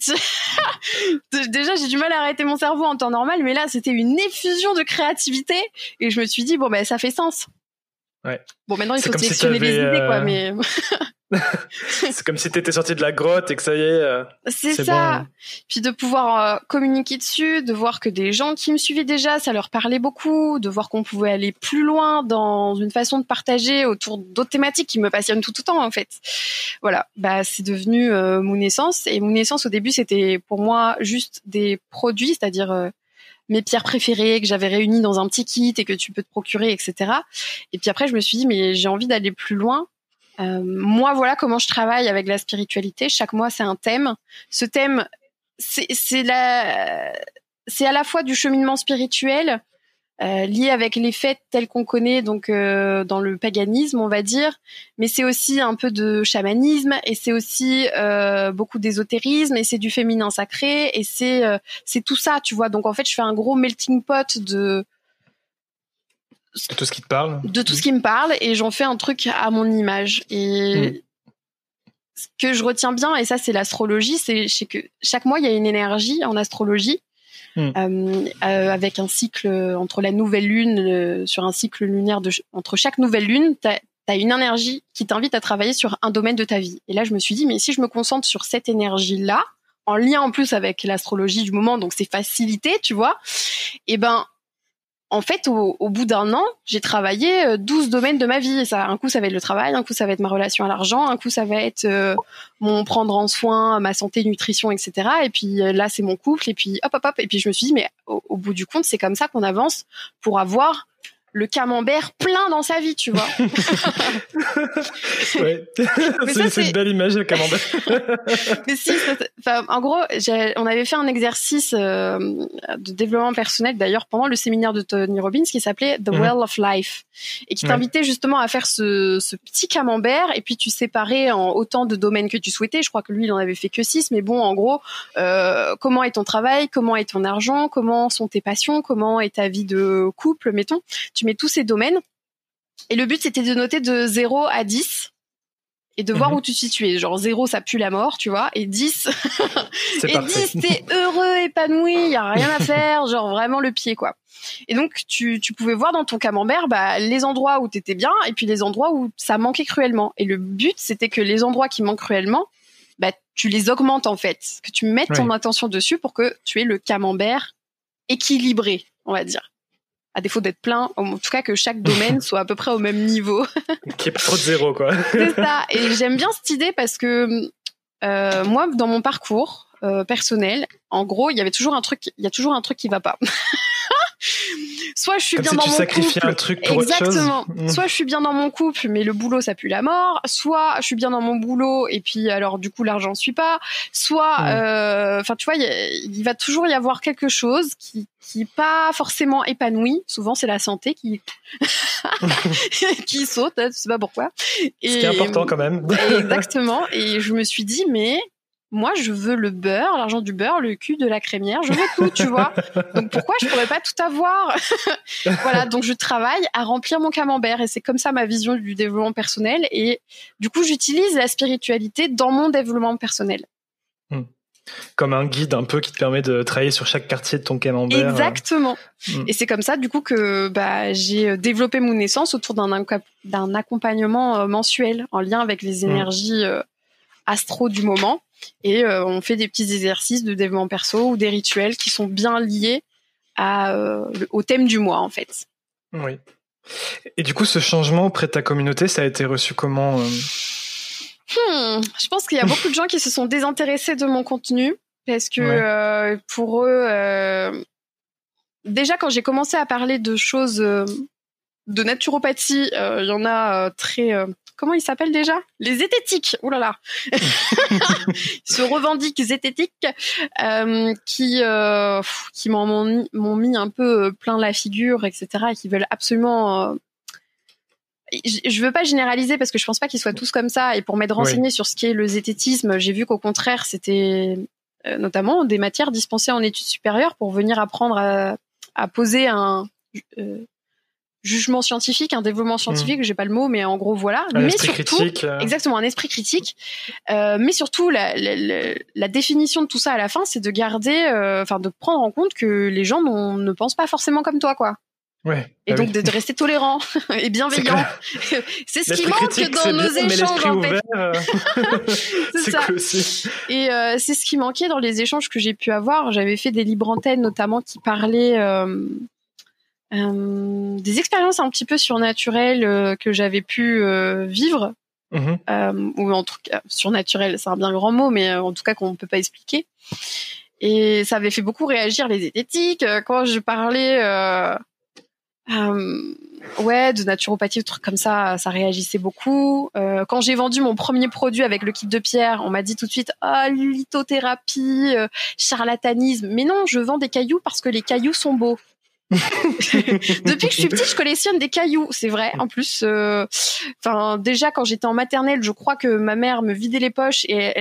Déjà, j'ai du mal à arrêter mon cerveau en temps normal, mais là, c'était une effusion de créativité, et je me suis dit, ça fait sens. Ouais. Bon, maintenant, il faut sélectionner les idées, quoi, mais... C'est comme si t'étais sorti de la grotte et que ça y est. C'est ça. Bon. Puis de pouvoir communiquer dessus, de voir que des gens qui me suivaient déjà, ça leur parlait beaucoup, de voir qu'on pouvait aller plus loin dans une façon de partager autour d'autres thématiques qui me passionnent tout autant, en fait. Voilà. C'est devenu Moonessence. Et Moonessence, au début, c'était pour moi juste des produits, c'est-à-dire mes pierres préférées que j'avais réunies dans un petit kit et que tu peux te procurer, etc. Et puis après, je me suis dit, mais j'ai envie d'aller plus loin. Moi, voilà comment je travaille avec la spiritualité. Chaque mois, c'est un thème. Ce thème, c'est à la fois du cheminement spirituel lié avec les fêtes telles qu'on connaît, donc dans le paganisme, on va dire. Mais c'est aussi un peu de chamanisme et c'est aussi beaucoup d'ésotérisme et c'est du féminin sacré et c'est tout ça, tu vois. Donc en fait, je fais un gros melting pot de tout ce qui te parle. De tout ce qui me parle et j'en fais un truc à mon image. Et ce que je retiens bien, et ça c'est l'astrologie, c'est que chaque mois il y a une énergie en astrologie avec un cycle entre la nouvelle lune, sur un cycle lunaire entre chaque nouvelle lune, t'as une énergie qui t'invite à travailler sur un domaine de ta vie. Et là je me suis dit, mais si je me concentre sur cette énergie-là, en lien en plus avec l'astrologie du moment, donc c'est facilité, tu vois, et en fait, au bout d'un an, j'ai travaillé 12 domaines de ma vie. Et ça, un coup, ça va être le travail, un coup, ça va être ma relation à l'argent, un coup, ça va être mon prendre en soin, ma santé, nutrition, etc. Et puis là, c'est mon couple. Et puis hop. Et puis je me suis dit, mais au bout du compte, c'est comme ça qu'on avance pour avoir le camembert plein dans sa vie, tu vois. Ouais. C'est une belle image, le camembert. Mais si, en gros, on avait fait un exercice de développement personnel, d'ailleurs, pendant le séminaire de Tony Robbins, qui s'appelait The Well of Life, et qui t'invitait justement à faire ce petit camembert, et puis tu séparais en autant de domaines que tu souhaitais. Je crois que lui, il en avait fait que 6, mais bon, en gros, comment est ton travail, comment est ton argent, comment sont tes passions, comment est ta vie de couple, mettons. Tu mets tous ces domaines, et le but, c'était de noter de 0 à 10, et de voir où tu te situais. Genre 0, ça pue la mort, tu vois, et 10, et 10, t'es heureux, épanoui, il y a rien à faire, genre vraiment le pied, quoi. Et donc, tu pouvais voir dans ton camembert, les endroits où t'étais bien, et puis les endroits où ça manquait cruellement. Et le but, c'était que les endroits qui manquent cruellement, tu les augmentes, en fait. Que tu mettes ton attention dessus pour que tu aies le camembert équilibré, on va dire. À défaut d'être plein, en tout cas que chaque domaine soit à peu près au même niveau. Qu'il n'y ait pas trop de 0, quoi. C'est ça. Et j'aime bien cette idée parce que moi, dans mon parcours personnel, en gros, il y a toujours un truc qui va pas. Soit je suis bien dans mon couple. Comme si tu sacrifiais un truc pour autre chose. Exactement. Soit je suis bien dans mon couple, mais le boulot, ça pue la mort. Soit je suis bien dans mon boulot, et puis alors du coup l'argent suit pas. Soit, tu vois, il va toujours y avoir quelque chose qui est pas forcément épanoui. Souvent, c'est la santé qui qui saute. Tu sais pas pourquoi. Ce qui est important quand même. Exactement. Et je me suis dit, mais moi, je veux le beurre, l'argent du beurre, le cul de la crémière, je veux tout, tu vois. Donc, pourquoi je pourrais pas tout avoir? Voilà, donc je travaille à remplir mon camembert, et c'est comme ça ma vision du développement personnel. Et du coup, j'utilise la spiritualité dans mon développement personnel. Comme un guide un peu qui te permet de travailler sur chaque quartier de ton camembert. Exactement. Et c'est comme ça, du coup, que j'ai développé mon essence autour d'un accompagnement mensuel en lien avec les énergies astro du moment. Et on fait des petits exercices de développement perso ou des rituels qui sont bien liés au thème du mois, en fait. Oui. Et du coup, ce changement auprès de ta communauté, ça a été reçu comment Je pense qu'il y a beaucoup de gens qui se sont désintéressés de mon contenu parce que pour eux, déjà quand j'ai commencé à parler de choses de naturopathie, il y en a très... comment ils s'appellent déjà? Les zététiques. Ouh là là. Ils se revendiquent zététiques, qui m'ont mis un peu plein la figure, etc. et qui veulent absolument... je veux pas généraliser parce que je pense pas qu'ils soient tous comme ça. Et pour m'être renseignée sur ce qu'est le zététisme, j'ai vu qu'au contraire, c'était notamment des matières dispensées en études supérieures pour venir apprendre à poser un... jugement scientifique, un développement scientifique, j'ai pas le mot, mais en gros voilà. Un esprit critique. Exactement, un esprit critique. Mais surtout, la définition de tout ça à la fin, c'est de garder, de prendre en compte que les gens ne pensent pas forcément comme toi, quoi. Ouais. Et donc de rester tolérant et bienveillant. C'est ce qui manque dans nos échanges, en fait. C'est ça. Cool aussi. Et c'est ce qui manquait dans les échanges que j'ai pu avoir. J'avais fait des libres antennes, notamment, qui parlaient des expériences un petit peu surnaturelles que j'avais pu vivre, ou en tout cas surnaturelles, c'est un bien grand mot, mais en tout cas qu'on ne peut pas expliquer. Et ça avait fait beaucoup réagir les zététiques quand je parlais de naturopathie, des trucs comme ça réagissait beaucoup. Quand j'ai vendu mon premier produit avec le kit de pierre, on m'a dit tout de suite lithothérapie, charlatanisme. Mais non, je vends des cailloux parce que les cailloux sont beaux. Depuis que je suis petite, je collectionne des cailloux, c'est vrai. En plus, déjà quand j'étais en maternelle, je crois que ma mère me vidait les poches et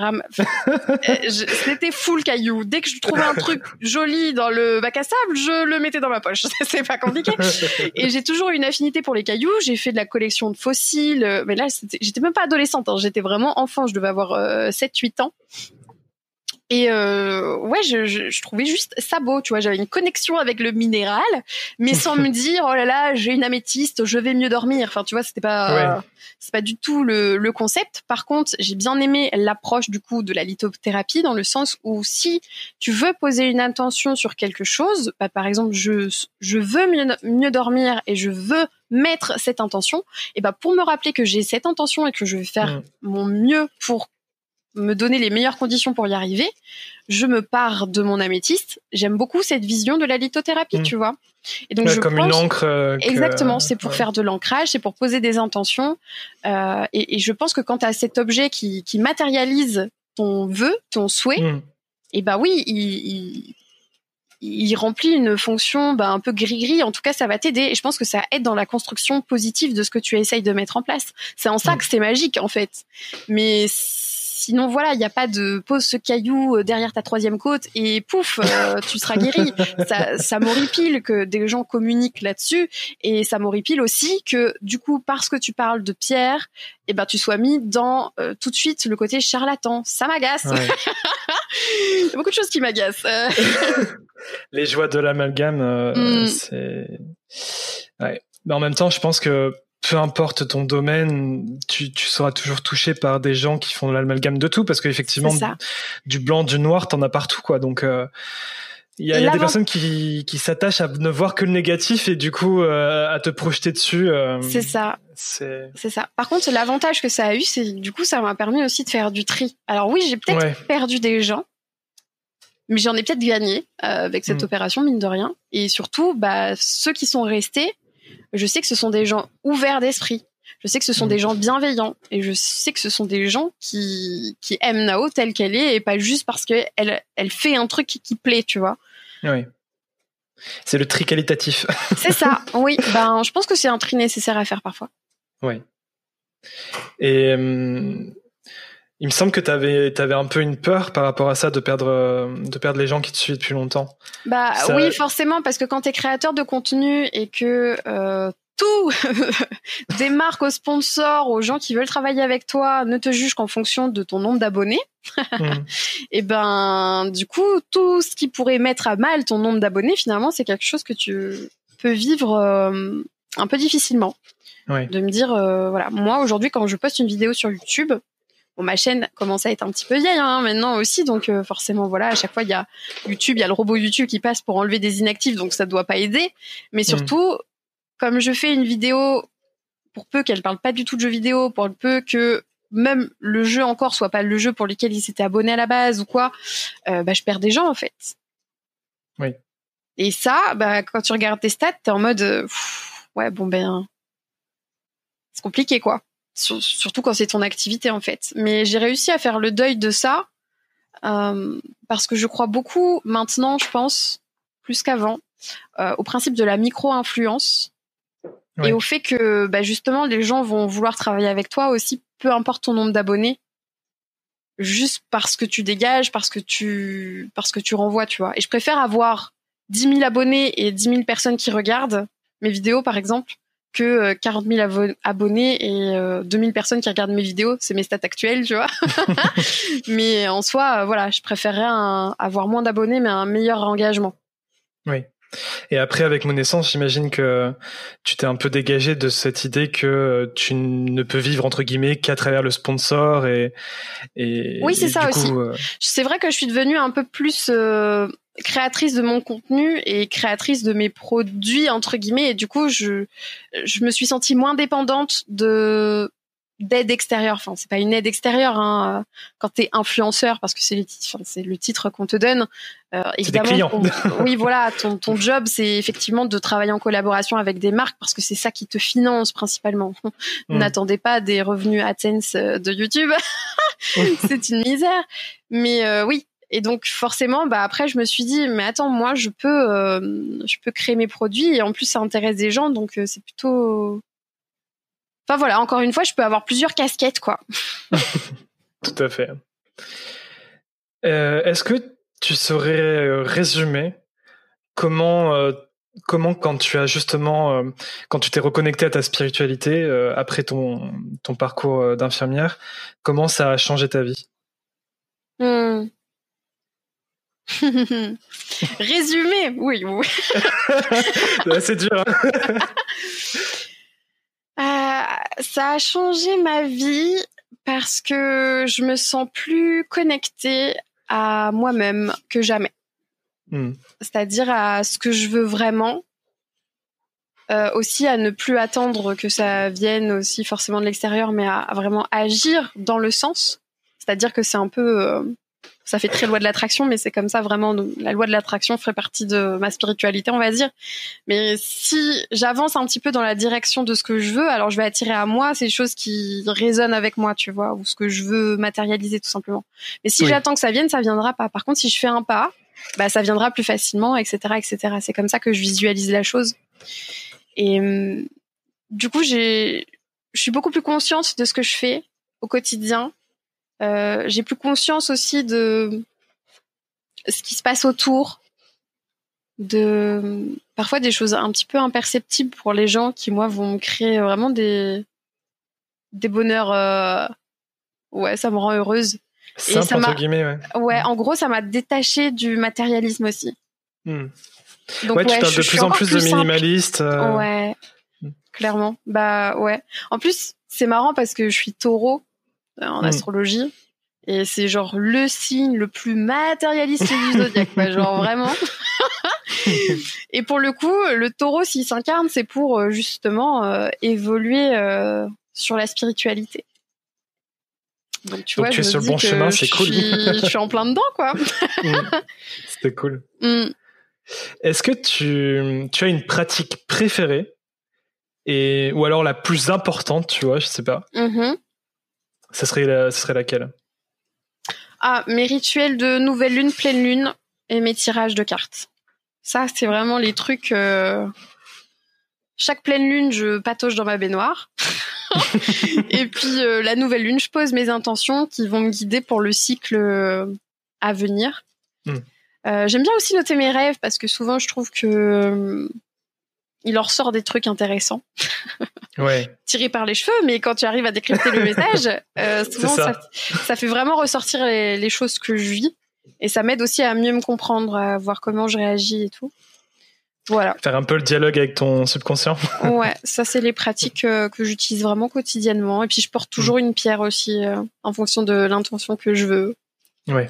c'était full cailloux. Dès que je trouvais un truc joli dans le bac à sable, je le mettais dans ma poche. C'est pas compliqué. Et j'ai toujours eu une affinité pour les cailloux. J'ai fait de la collection de fossiles, mais là, j'étais même pas adolescente, hein. J'étais vraiment enfant. Je devais avoir 7-8 ans. Et je trouvais juste ça beau, tu vois, j'avais une connexion avec le minéral, mais sans me dire oh là là, j'ai une améthyste, je vais mieux dormir. Enfin, tu vois, c'est pas du tout le concept. Par contre, j'ai bien aimé l'approche du coup de la lithothérapie dans le sens où si tu veux poser une intention sur quelque chose, par exemple, je veux mieux dormir et je veux mettre cette intention, et pour me rappeler que j'ai cette intention et que je vais faire mon mieux pour me donner les meilleures conditions pour y arriver, je me pars de mon améthyste. J'aime beaucoup cette vision de la lithothérapie, tu vois. Et donc je comme pense, une encre. exactement, c'est pour faire de l'ancrage, c'est pour poser des intentions. Et je pense que quand tu as cet objet qui matérialise ton vœu, ton souhait, et bah oui, il remplit une fonction un peu gris-gris. En tout cas, ça va t'aider. Et je pense que ça aide dans la construction positive de ce que tu essayes de mettre en place. C'est en ça que c'est magique, en fait. Mais sinon, voilà, il n'y a pas de pose ce caillou derrière ta troisième côte et pouf, tu seras guéri. Ça m'horripile que des gens communiquent là-dessus. Et ça m'horripile aussi que, du coup, parce que tu parles de pierre, tu sois mis dans tout de suite le côté charlatan. Ça m'agace. Ouais. Il y a beaucoup de choses qui m'agacent. Les joies de l'amalgame, c'est... Ouais. Mais en même temps, je pense que peu importe ton domaine, tu seras toujours touché par des gens qui font l'amalgame de tout, parce qu'effectivement, du blanc, du noir, t'en as partout, quoi. Donc, il y a des personnes qui s'attachent à ne voir que le négatif et du coup à te projeter dessus. C'est ça. C'est ça. Par contre, l'avantage que ça a eu, c'est du coup, ça m'a permis aussi de faire du tri. Alors oui, j'ai peut-être perdu des gens, mais j'en ai peut-être gagné avec cette opération, mine de rien. Et surtout, ceux qui sont restés, je sais que ce sont des gens ouverts d'esprit. Je sais que ce sont des gens bienveillants. Et je sais que ce sont des gens qui aiment Nao telle qu'elle est et pas juste parce qu'elle fait un truc qui plaît, tu vois. Oui. C'est le tri qualitatif. C'est ça, oui. Je pense que c'est un tri nécessaire à faire parfois. Oui. Et il me semble que t'avais un peu une peur par rapport à ça, de perdre les gens qui te suivent depuis longtemps. Oui, forcément, parce que quand t'es créateur de contenu et que tout, des marques aux sponsors, aux gens qui veulent travailler avec toi, ne te jugent qu'en fonction de ton nombre d'abonnés, et du coup, tout ce qui pourrait mettre à mal ton nombre d'abonnés, finalement, c'est quelque chose que tu peux vivre un peu difficilement. Ouais. De me dire, voilà, moi, aujourd'hui, quand je poste une vidéo sur YouTube, ma chaîne commence à être un petit peu vieille maintenant aussi, donc forcément, voilà, à chaque fois, il y a YouTube, il y a le robot YouTube qui passe pour enlever des inactifs, donc ça doit pas aider. Mais surtout, comme je fais une vidéo, pour peu qu'elle parle pas du tout de jeux vidéo, pour peu que même le jeu encore soit pas le jeu pour lequel ils s'étaient abonnés à la base ou quoi, je perds des gens, en fait. Oui. Et ça, quand tu regardes tes stats, t'es en mode, c'est compliqué, quoi. Surtout quand c'est ton activité, en fait. Mais j'ai réussi à faire le deuil de ça parce que je crois beaucoup maintenant, je pense, plus qu'avant, au principe de la micro-influence et au fait que justement les gens vont vouloir travailler avec toi aussi, peu importe ton nombre d'abonnés, juste parce que tu dégages, parce que tu renvoies, tu vois. Et je préfère avoir 10 000 abonnés et 10 000 personnes qui regardent mes vidéos, par exemple, que 40 000 abonnés et 2 000 personnes qui regardent mes vidéos. C'est mes stats actuelles, tu vois. Mais en soi, voilà, je préférerais avoir moins d'abonnés, mais un meilleur engagement. Oui. Et après, avec mon naissance, j'imagine que tu t'es un peu dégagé de cette idée que tu ne peux vivre, entre guillemets, qu'à travers le sponsor et oui, c'est ça aussi. Coup, c'est vrai que je suis devenue un peu plus créatrice de mon contenu et créatrice de mes produits, entre guillemets, et du coup, je me suis sentie moins dépendante d'aide extérieure. Enfin, c'est pas une aide extérieure quand t'es influenceur, parce que c'est le titre qu'on te donne. Évidemment, oui, voilà, ton job, c'est effectivement de travailler en collaboration avec des marques, parce que c'est ça qui te finance principalement. N'attendez pas des revenus AdSense de YouTube. C'est une misère. Mais oui. Et donc forcément, après, je me suis dit, mais attends, moi, je peux créer mes produits et en plus, ça intéresse des gens, donc c'est plutôt. Enfin voilà, encore une fois, je peux avoir plusieurs casquettes, quoi. Tout à fait. Est-ce que tu saurais résumer comment quand tu as justement quand tu t'es reconnecté à ta spiritualité après ton parcours d'infirmière, comment ça a changé ta vie? Résumé, oui. C'est dur. Ça a changé ma vie parce que je me sens plus connectée à moi-même que jamais. C'est-à-dire à ce que je veux vraiment. Aussi à ne plus attendre que ça vienne aussi forcément de l'extérieur, mais à vraiment agir dans le sens. C'est-à-dire que c'est un peu ça fait très loi de l'attraction, mais c'est comme ça vraiment. Donc, la loi de l'attraction ferait partie de ma spiritualité, on va dire. Mais si j'avance un petit peu dans la direction de ce que je veux, alors je vais attirer à moi ces choses qui résonnent avec moi, tu vois, ou ce que je veux matérialiser tout simplement. Mais si j'attends que ça vienne, ça viendra pas. Par contre, si je fais un pas, bah ça viendra plus facilement, etc., etc. C'est comme ça que je visualise la chose. Et du coup, je suis beaucoup plus consciente de ce que je fais au quotidien. J'ai plus conscience aussi de ce qui se passe autour, de parfois des choses un petit peu imperceptibles pour les gens qui, moi, vont me créer vraiment des bonheurs. Ouais, ça me rend heureuse. Simple, et ça entre guillemets, ouais. Ouais, en gros, ça m'a détachée du matérialisme aussi. Donc, tu ouais, parles de plus en plus de minimaliste. Ouais, clairement. Bah ouais. En plus, c'est marrant parce que je suis taureau en astrologie. Et c'est genre le signe le plus matérialiste du zodiaque, quoi. Genre vraiment. Et pour le coup, le taureau, s'il s'incarne, c'est pour justement évoluer sur la spiritualité. Donc tu vois, tu es sur le bon chemin, c'est cool. Je suis en plein dedans, quoi. C'était cool. Est-ce que tu as une pratique préférée ou alors la plus importante, tu vois, je sais pas. Ça serait laquelle? Ah, mes rituels de nouvelle lune, pleine lune et mes tirages de cartes. Ça, c'est vraiment les trucs. Chaque pleine lune, je patauge dans ma baignoire. Et puis la nouvelle lune, je pose mes intentions qui vont me guider pour le cycle à venir. J'aime bien aussi noter mes rêves parce que souvent, je trouve que il en ressort des trucs intéressants. Ouais. Tiré par les cheveux, mais quand tu arrives à décrypter le message, souvent ça fait vraiment ressortir les choses que je vis, et ça m'aide aussi à mieux me comprendre, à voir comment je réagis et tout. Voilà. Faire un peu le dialogue avec ton subconscient. Ouais, ça c'est les pratiques que j'utilise vraiment quotidiennement, et puis je porte toujours une pierre aussi en fonction de l'intention que je veux. Ouais.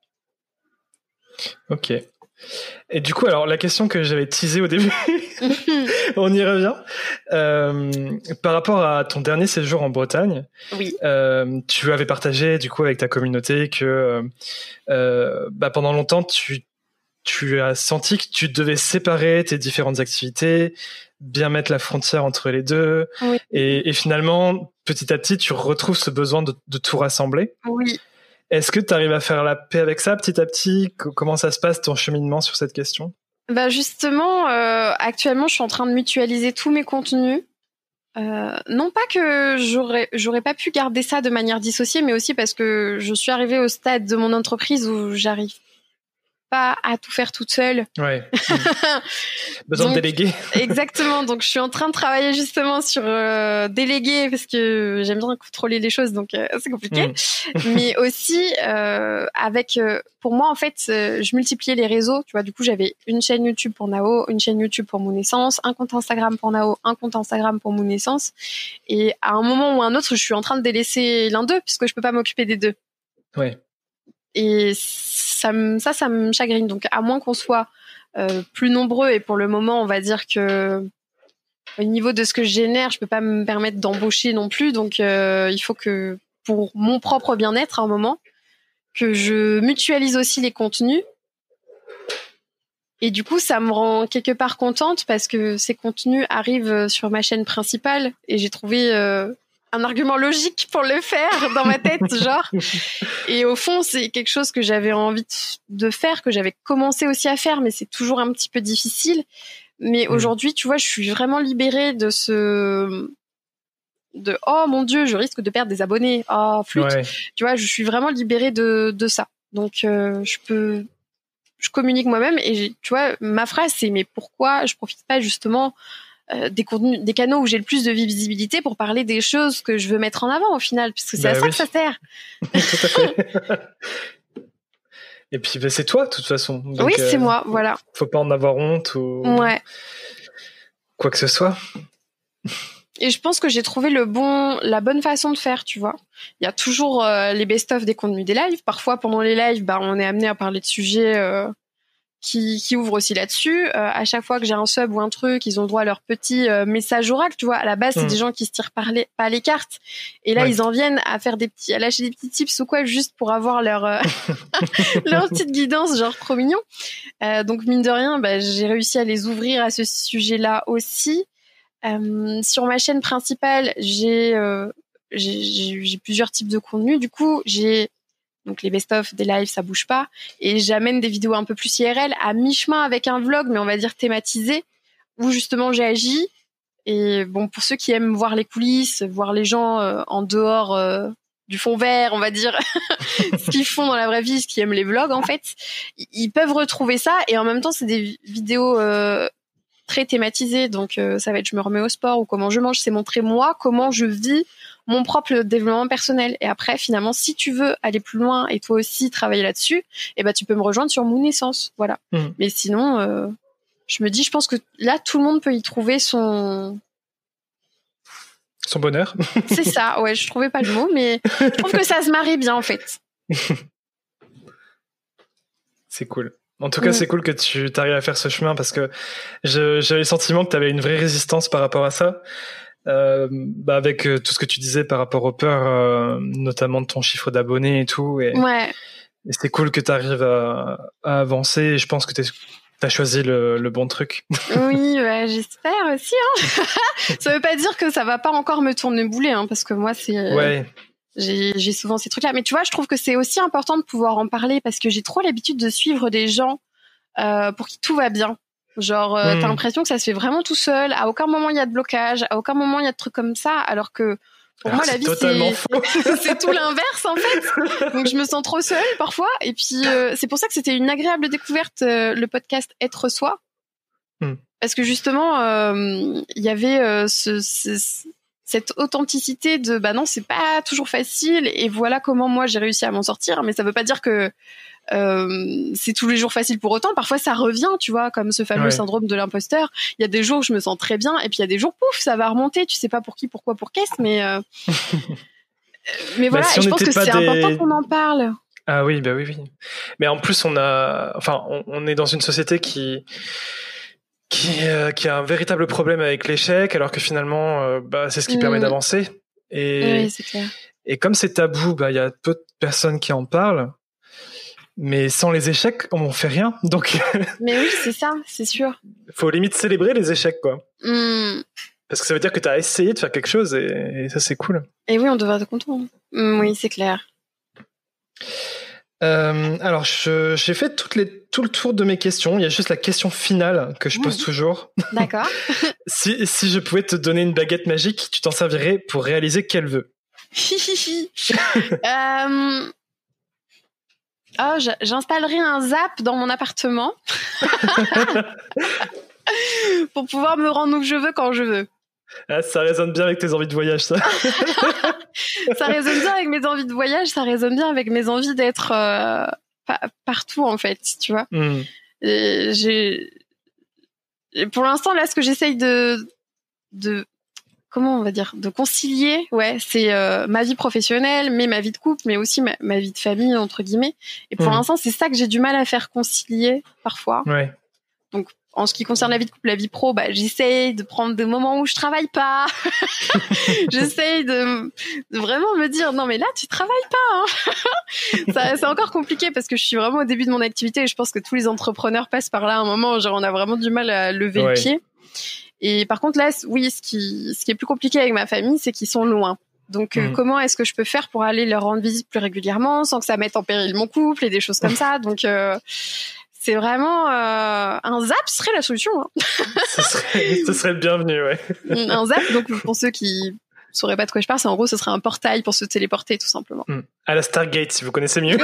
Ok. Et du coup, alors la question que j'avais teasée au début, on y revient. Par rapport à ton dernier séjour en Bretagne, oui. Tu avais partagé du coup avec ta communauté que pendant longtemps tu as senti que tu devais séparer tes différentes activités, bien mettre la frontière entre les deux, oui. et finalement petit à petit tu retrouves ce besoin de tout rassembler. Oui. Est-ce que tu arrives à faire la paix avec ça petit à petit? Comment ça se passe ton cheminement sur cette question? Bah justement, actuellement, je suis en train de mutualiser tous mes contenus. Non pas que j'aurais pas pu garder ça de manière dissociée, mais aussi parce que je suis arrivée au stade de mon entreprise où j'arrive pas à tout faire toute seule. Ouais. Besoin de déléguer. Exactement. Donc, je suis en train de travailler justement sur déléguer parce que j'aime bien contrôler les choses, donc c'est compliqué. Mais aussi pour moi, en fait, je multipliais les réseaux. Tu vois, du coup, j'avais une chaîne YouTube pour Nao, une chaîne YouTube pour Mon Essence, un compte Instagram pour Nao, un compte Instagram pour Mon Essence. Et à un moment ou un autre, je suis en train de délaisser l'un d'eux puisque je peux pas m'occuper des deux. Ouais. Et ça me chagrine. Donc, à moins qu'on soit plus nombreux, et pour le moment, on va dire que au niveau de ce que je génère, je peux pas me permettre d'embaucher non plus. Donc, il faut que, pour mon propre bien-être, à un moment, que je mutualise aussi les contenus. Et du coup, ça me rend quelque part contente parce que ces contenus arrivent sur ma chaîne principale, et j'ai trouvé un argument logique pour le faire dans ma tête, genre. Et au fond, c'est quelque chose que j'avais envie de faire, que j'avais commencé aussi à faire, mais c'est toujours un petit peu difficile. Mais aujourd'hui, tu vois, je suis vraiment libérée de oh mon Dieu, je risque de perdre des abonnés. Oh, flûte. Ouais. Tu vois, je suis vraiment libérée de ça. Donc, je communique moi-même, et tu vois, ma phrase, c'est mais pourquoi je profite pas justement des contenus, des canaux où j'ai le plus de visibilité pour parler des choses que je veux mettre en avant au final, puisque c'est à ça que ça sert. Tout à fait. Et puis c'est toi de toute façon. Donc, oui, c'est moi, voilà. Faut pas en avoir honte ou quoi que ce soit. Et je pense que j'ai trouvé la bonne façon de faire, tu vois. Il y a toujours les best-of des contenus des lives. Parfois, pendant les lives, on est amené à parler de sujets qui ouvrent aussi là-dessus. À chaque fois que j'ai un sub ou un truc, ils ont le droit à leur petit message oral, tu vois. À la base, c'est des gens qui se tirent pas les cartes. Et là, ils en viennent à à lâcher des petits tips ou quoi, juste pour avoir leur leur petite guidance, genre trop mignon. Donc mine de rien, j'ai réussi à les ouvrir à ce sujet-là aussi. Sur ma chaîne principale, j'ai plusieurs types de contenus. Du coup, j'ai donc les best-of, des lives, ça bouge pas. Et j'amène des vidéos un peu plus IRL à mi-chemin avec un vlog, mais on va dire thématisé, où justement j'ai agi. Et bon, pour ceux qui aiment voir les coulisses, voir les gens en dehors du fond vert, on va dire, ce qu'ils font dans la vraie vie, ce qui aiment les vlogs en fait, ils peuvent retrouver ça. Et en même temps, c'est des vidéos très thématisées. Donc ça va être je me remets au sport ou comment je mange. C'est montrer moi comment je vis mon propre développement personnel. Et après, finalement, si tu veux aller plus loin et toi aussi travailler là-dessus, tu peux me rejoindre sur Moon Essence. Voilà. Mais sinon, je me dis, je pense que là, tout le monde peut y trouver son bonheur. C'est ça, ouais, je trouvais pas le mot, mais je trouve que ça se marie bien, en fait. C'est cool. En tout cas, c'est cool que tu t'arrives à faire ce chemin parce que j'avais le sentiment que tu avais une vraie résistance par rapport à ça. Avec tout ce que tu disais par rapport aux peurs, notamment de ton chiffre d'abonnés et tout. Et c'est cool que tu arrives à avancer. Et je pense que t'as choisi le bon truc. Oui, j'espère aussi. Hein. Ça veut pas dire que ça va pas encore me tourner le boulet, hein, parce que moi, c'est... Ouais. J'ai souvent ces trucs-là. Mais tu vois, je trouve que c'est aussi important de pouvoir en parler parce que j'ai trop l'habitude de suivre des gens pour qui tout va bien. Genre, t'as l'impression que ça se fait vraiment tout seul. À aucun moment, il y a de blocage. À aucun moment, il y a de trucs comme ça. Alors que pour moi, la vie, c'est tout l'inverse, en fait. Donc, je me sens trop seule parfois. Et puis, c'est pour ça que c'était une agréable découverte, le podcast Être Soi. Parce que justement, il y avait cette authenticité de non, c'est pas toujours facile. Et voilà comment moi, j'ai réussi à m'en sortir. Mais ça veut pas dire que c'est tous les jours facile pour autant. Parfois ça revient, tu vois, comme ce fameux syndrome de l'imposteur. Il y a des jours où je me sens très bien et puis il y a des jours pouf, ça va remonter, tu sais pas pour qui, pourquoi, pour qu'est-ce, mais voilà, si et je pense que c'est important qu'on en parle. Ah oui, oui. Mais en plus on est dans une société qui a un véritable problème avec l'échec, alors que finalement c'est ce qui permet d'avancer. Et oui, c'est clair. Et comme c'est tabou, il y a peu de personnes qui en parlent. Mais sans les échecs, on fait rien. Donc. Mais oui, c'est ça, c'est sûr. Faut limite célébrer les échecs, quoi. Parce que ça veut dire que t'as essayé de faire quelque chose et ça, c'est cool. Et oui, on devrait être content. Oui, c'est clair. Alors, j'ai fait tout le tour de mes questions. Il y a juste la question finale que je pose toujours. D'accord. Si je pouvais te donner une baguette magique, tu t'en servirais pour réaliser quel vœu? J'installerai un zap dans mon appartement pour pouvoir me rendre où je veux quand je veux. Ah, ça résonne bien avec tes envies de voyage, ça. Ça résonne bien avec mes envies de voyage, ça résonne bien avec mes envies d'être partout, en fait, tu vois. Pour l'instant, là, ce que j'essaye de comment on va dire, de concilier, c'est ma vie professionnelle, mais ma vie de couple, mais aussi ma vie de famille, entre guillemets. Et pour l'instant, c'est ça que j'ai du mal à faire concilier parfois. Ouais. Donc, en ce qui concerne la vie de couple, la vie pro, j'essaye de prendre des moments où je travaille pas. J'essaye de vraiment me dire, non, mais là, tu travailles pas, hein. C'est encore compliqué parce que je suis vraiment au début de mon activité et je pense que tous les entrepreneurs passent par là à un moment, genre, on a vraiment du mal à lever le pied. Et par contre, là, oui, ce qui est plus compliqué avec ma famille, c'est qu'ils sont loin. Donc, comment est-ce que je peux faire pour aller leur rendre visite plus régulièrement sans que ça mette en péril mon couple et des choses comme ça. Donc, c'est vraiment un zap serait la solution. Hein. Ce serait le bienvenu, ouais. Un zap, donc pour ceux qui sauraient pas de quoi je parle, c'est en gros, ce serait un portail pour se téléporter, tout simplement. À la Stargate, si vous connaissez mieux.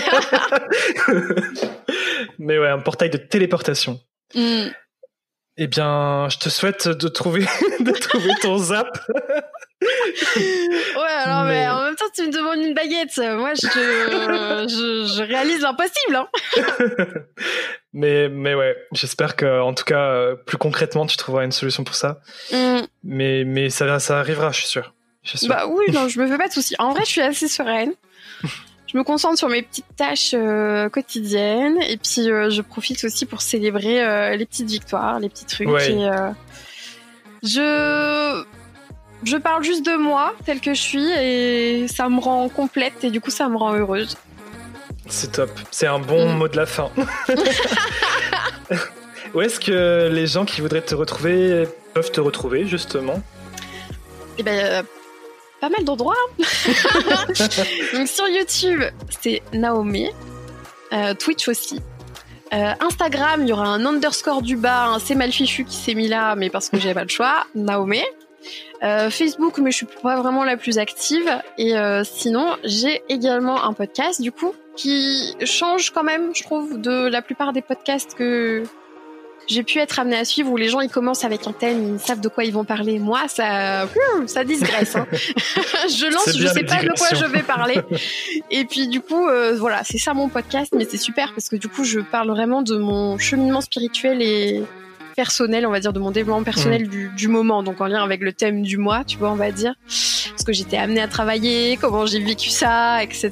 Mais ouais, un portail de téléportation. Eh bien, je te souhaite de trouver ton zap. Ouais, alors, mais en même temps, tu me demandes une baguette. Moi, je réalise l'impossible, hein. Mais ouais, j'espère que, en tout cas, plus concrètement, tu trouveras une solution pour ça. Mais ça arrivera, je suis sûr. Oui, non, je me fais pas de soucis. En vrai, je suis assez sereine. je me concentre sur mes petites tâches quotidiennes et puis je profite aussi pour célébrer les petites victoires, les petits trucs. Ouais. Et je parle juste de moi tel que je suis et ça me rend complète et du coup ça me rend heureuse. C'est top. C'est un bon mot de la fin. Où est-ce que les gens qui voudraient te retrouver peuvent te retrouver, justement? Eh ben, pas mal d'endroits. Donc sur YouTube, c'est Naomé. Twitch aussi. Instagram, il y aura un underscore du bas, c'est mal fichu qui s'est mis là, mais parce que j'avais pas le choix. Naomé. Facebook, mais je suis pas vraiment la plus active. Et sinon, j'ai également un podcast, du coup, qui change quand même, je trouve, de la plupart des podcasts que j'ai pu être amenée à suivre, où les gens ils commencent avec un thème, ils savent de quoi ils vont parler. Moi, ça digresse. Hein. Je lance, je sais pas de quoi je vais parler. Et puis du coup, voilà, c'est ça mon podcast, mais c'est super parce que du coup, je parle vraiment de mon cheminement spirituel et personnel, on va dire, de mon développement personnel du moment, donc en lien avec le thème du mois, tu vois, on va dire, parce que j'étais amenée à travailler, comment j'ai vécu ça, etc.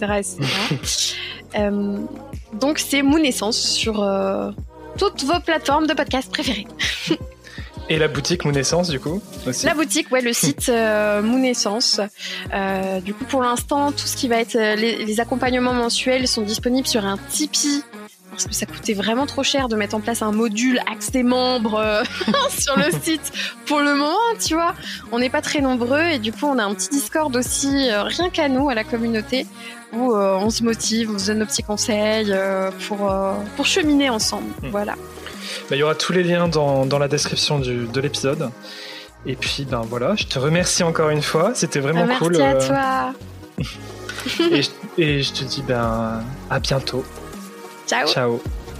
Donc c'est Moon Essence sur toutes vos plateformes de podcast préférées. Et la boutique Moon Essence, du coup aussi. La boutique, ouais, le site Moon Essence. Du coup, pour l'instant, tout ce qui va être les accompagnements mensuels sont disponibles sur un Tipeee. Parce que ça coûtait vraiment trop cher de mettre en place un module accès membres sur le site. Pour le moment, tu vois, on n'est pas très nombreux et du coup, on a un petit Discord aussi, rien qu'à nous, à la communauté, où on se motive, on se donne nos petits conseils pour cheminer ensemble. Voilà. Il y aura tous les liens dans la description de l'épisode. Et puis, ben voilà, je te remercie encore une fois. C'était vraiment cool. Merci à toi. et je te dis à bientôt. Ciao. Ciao.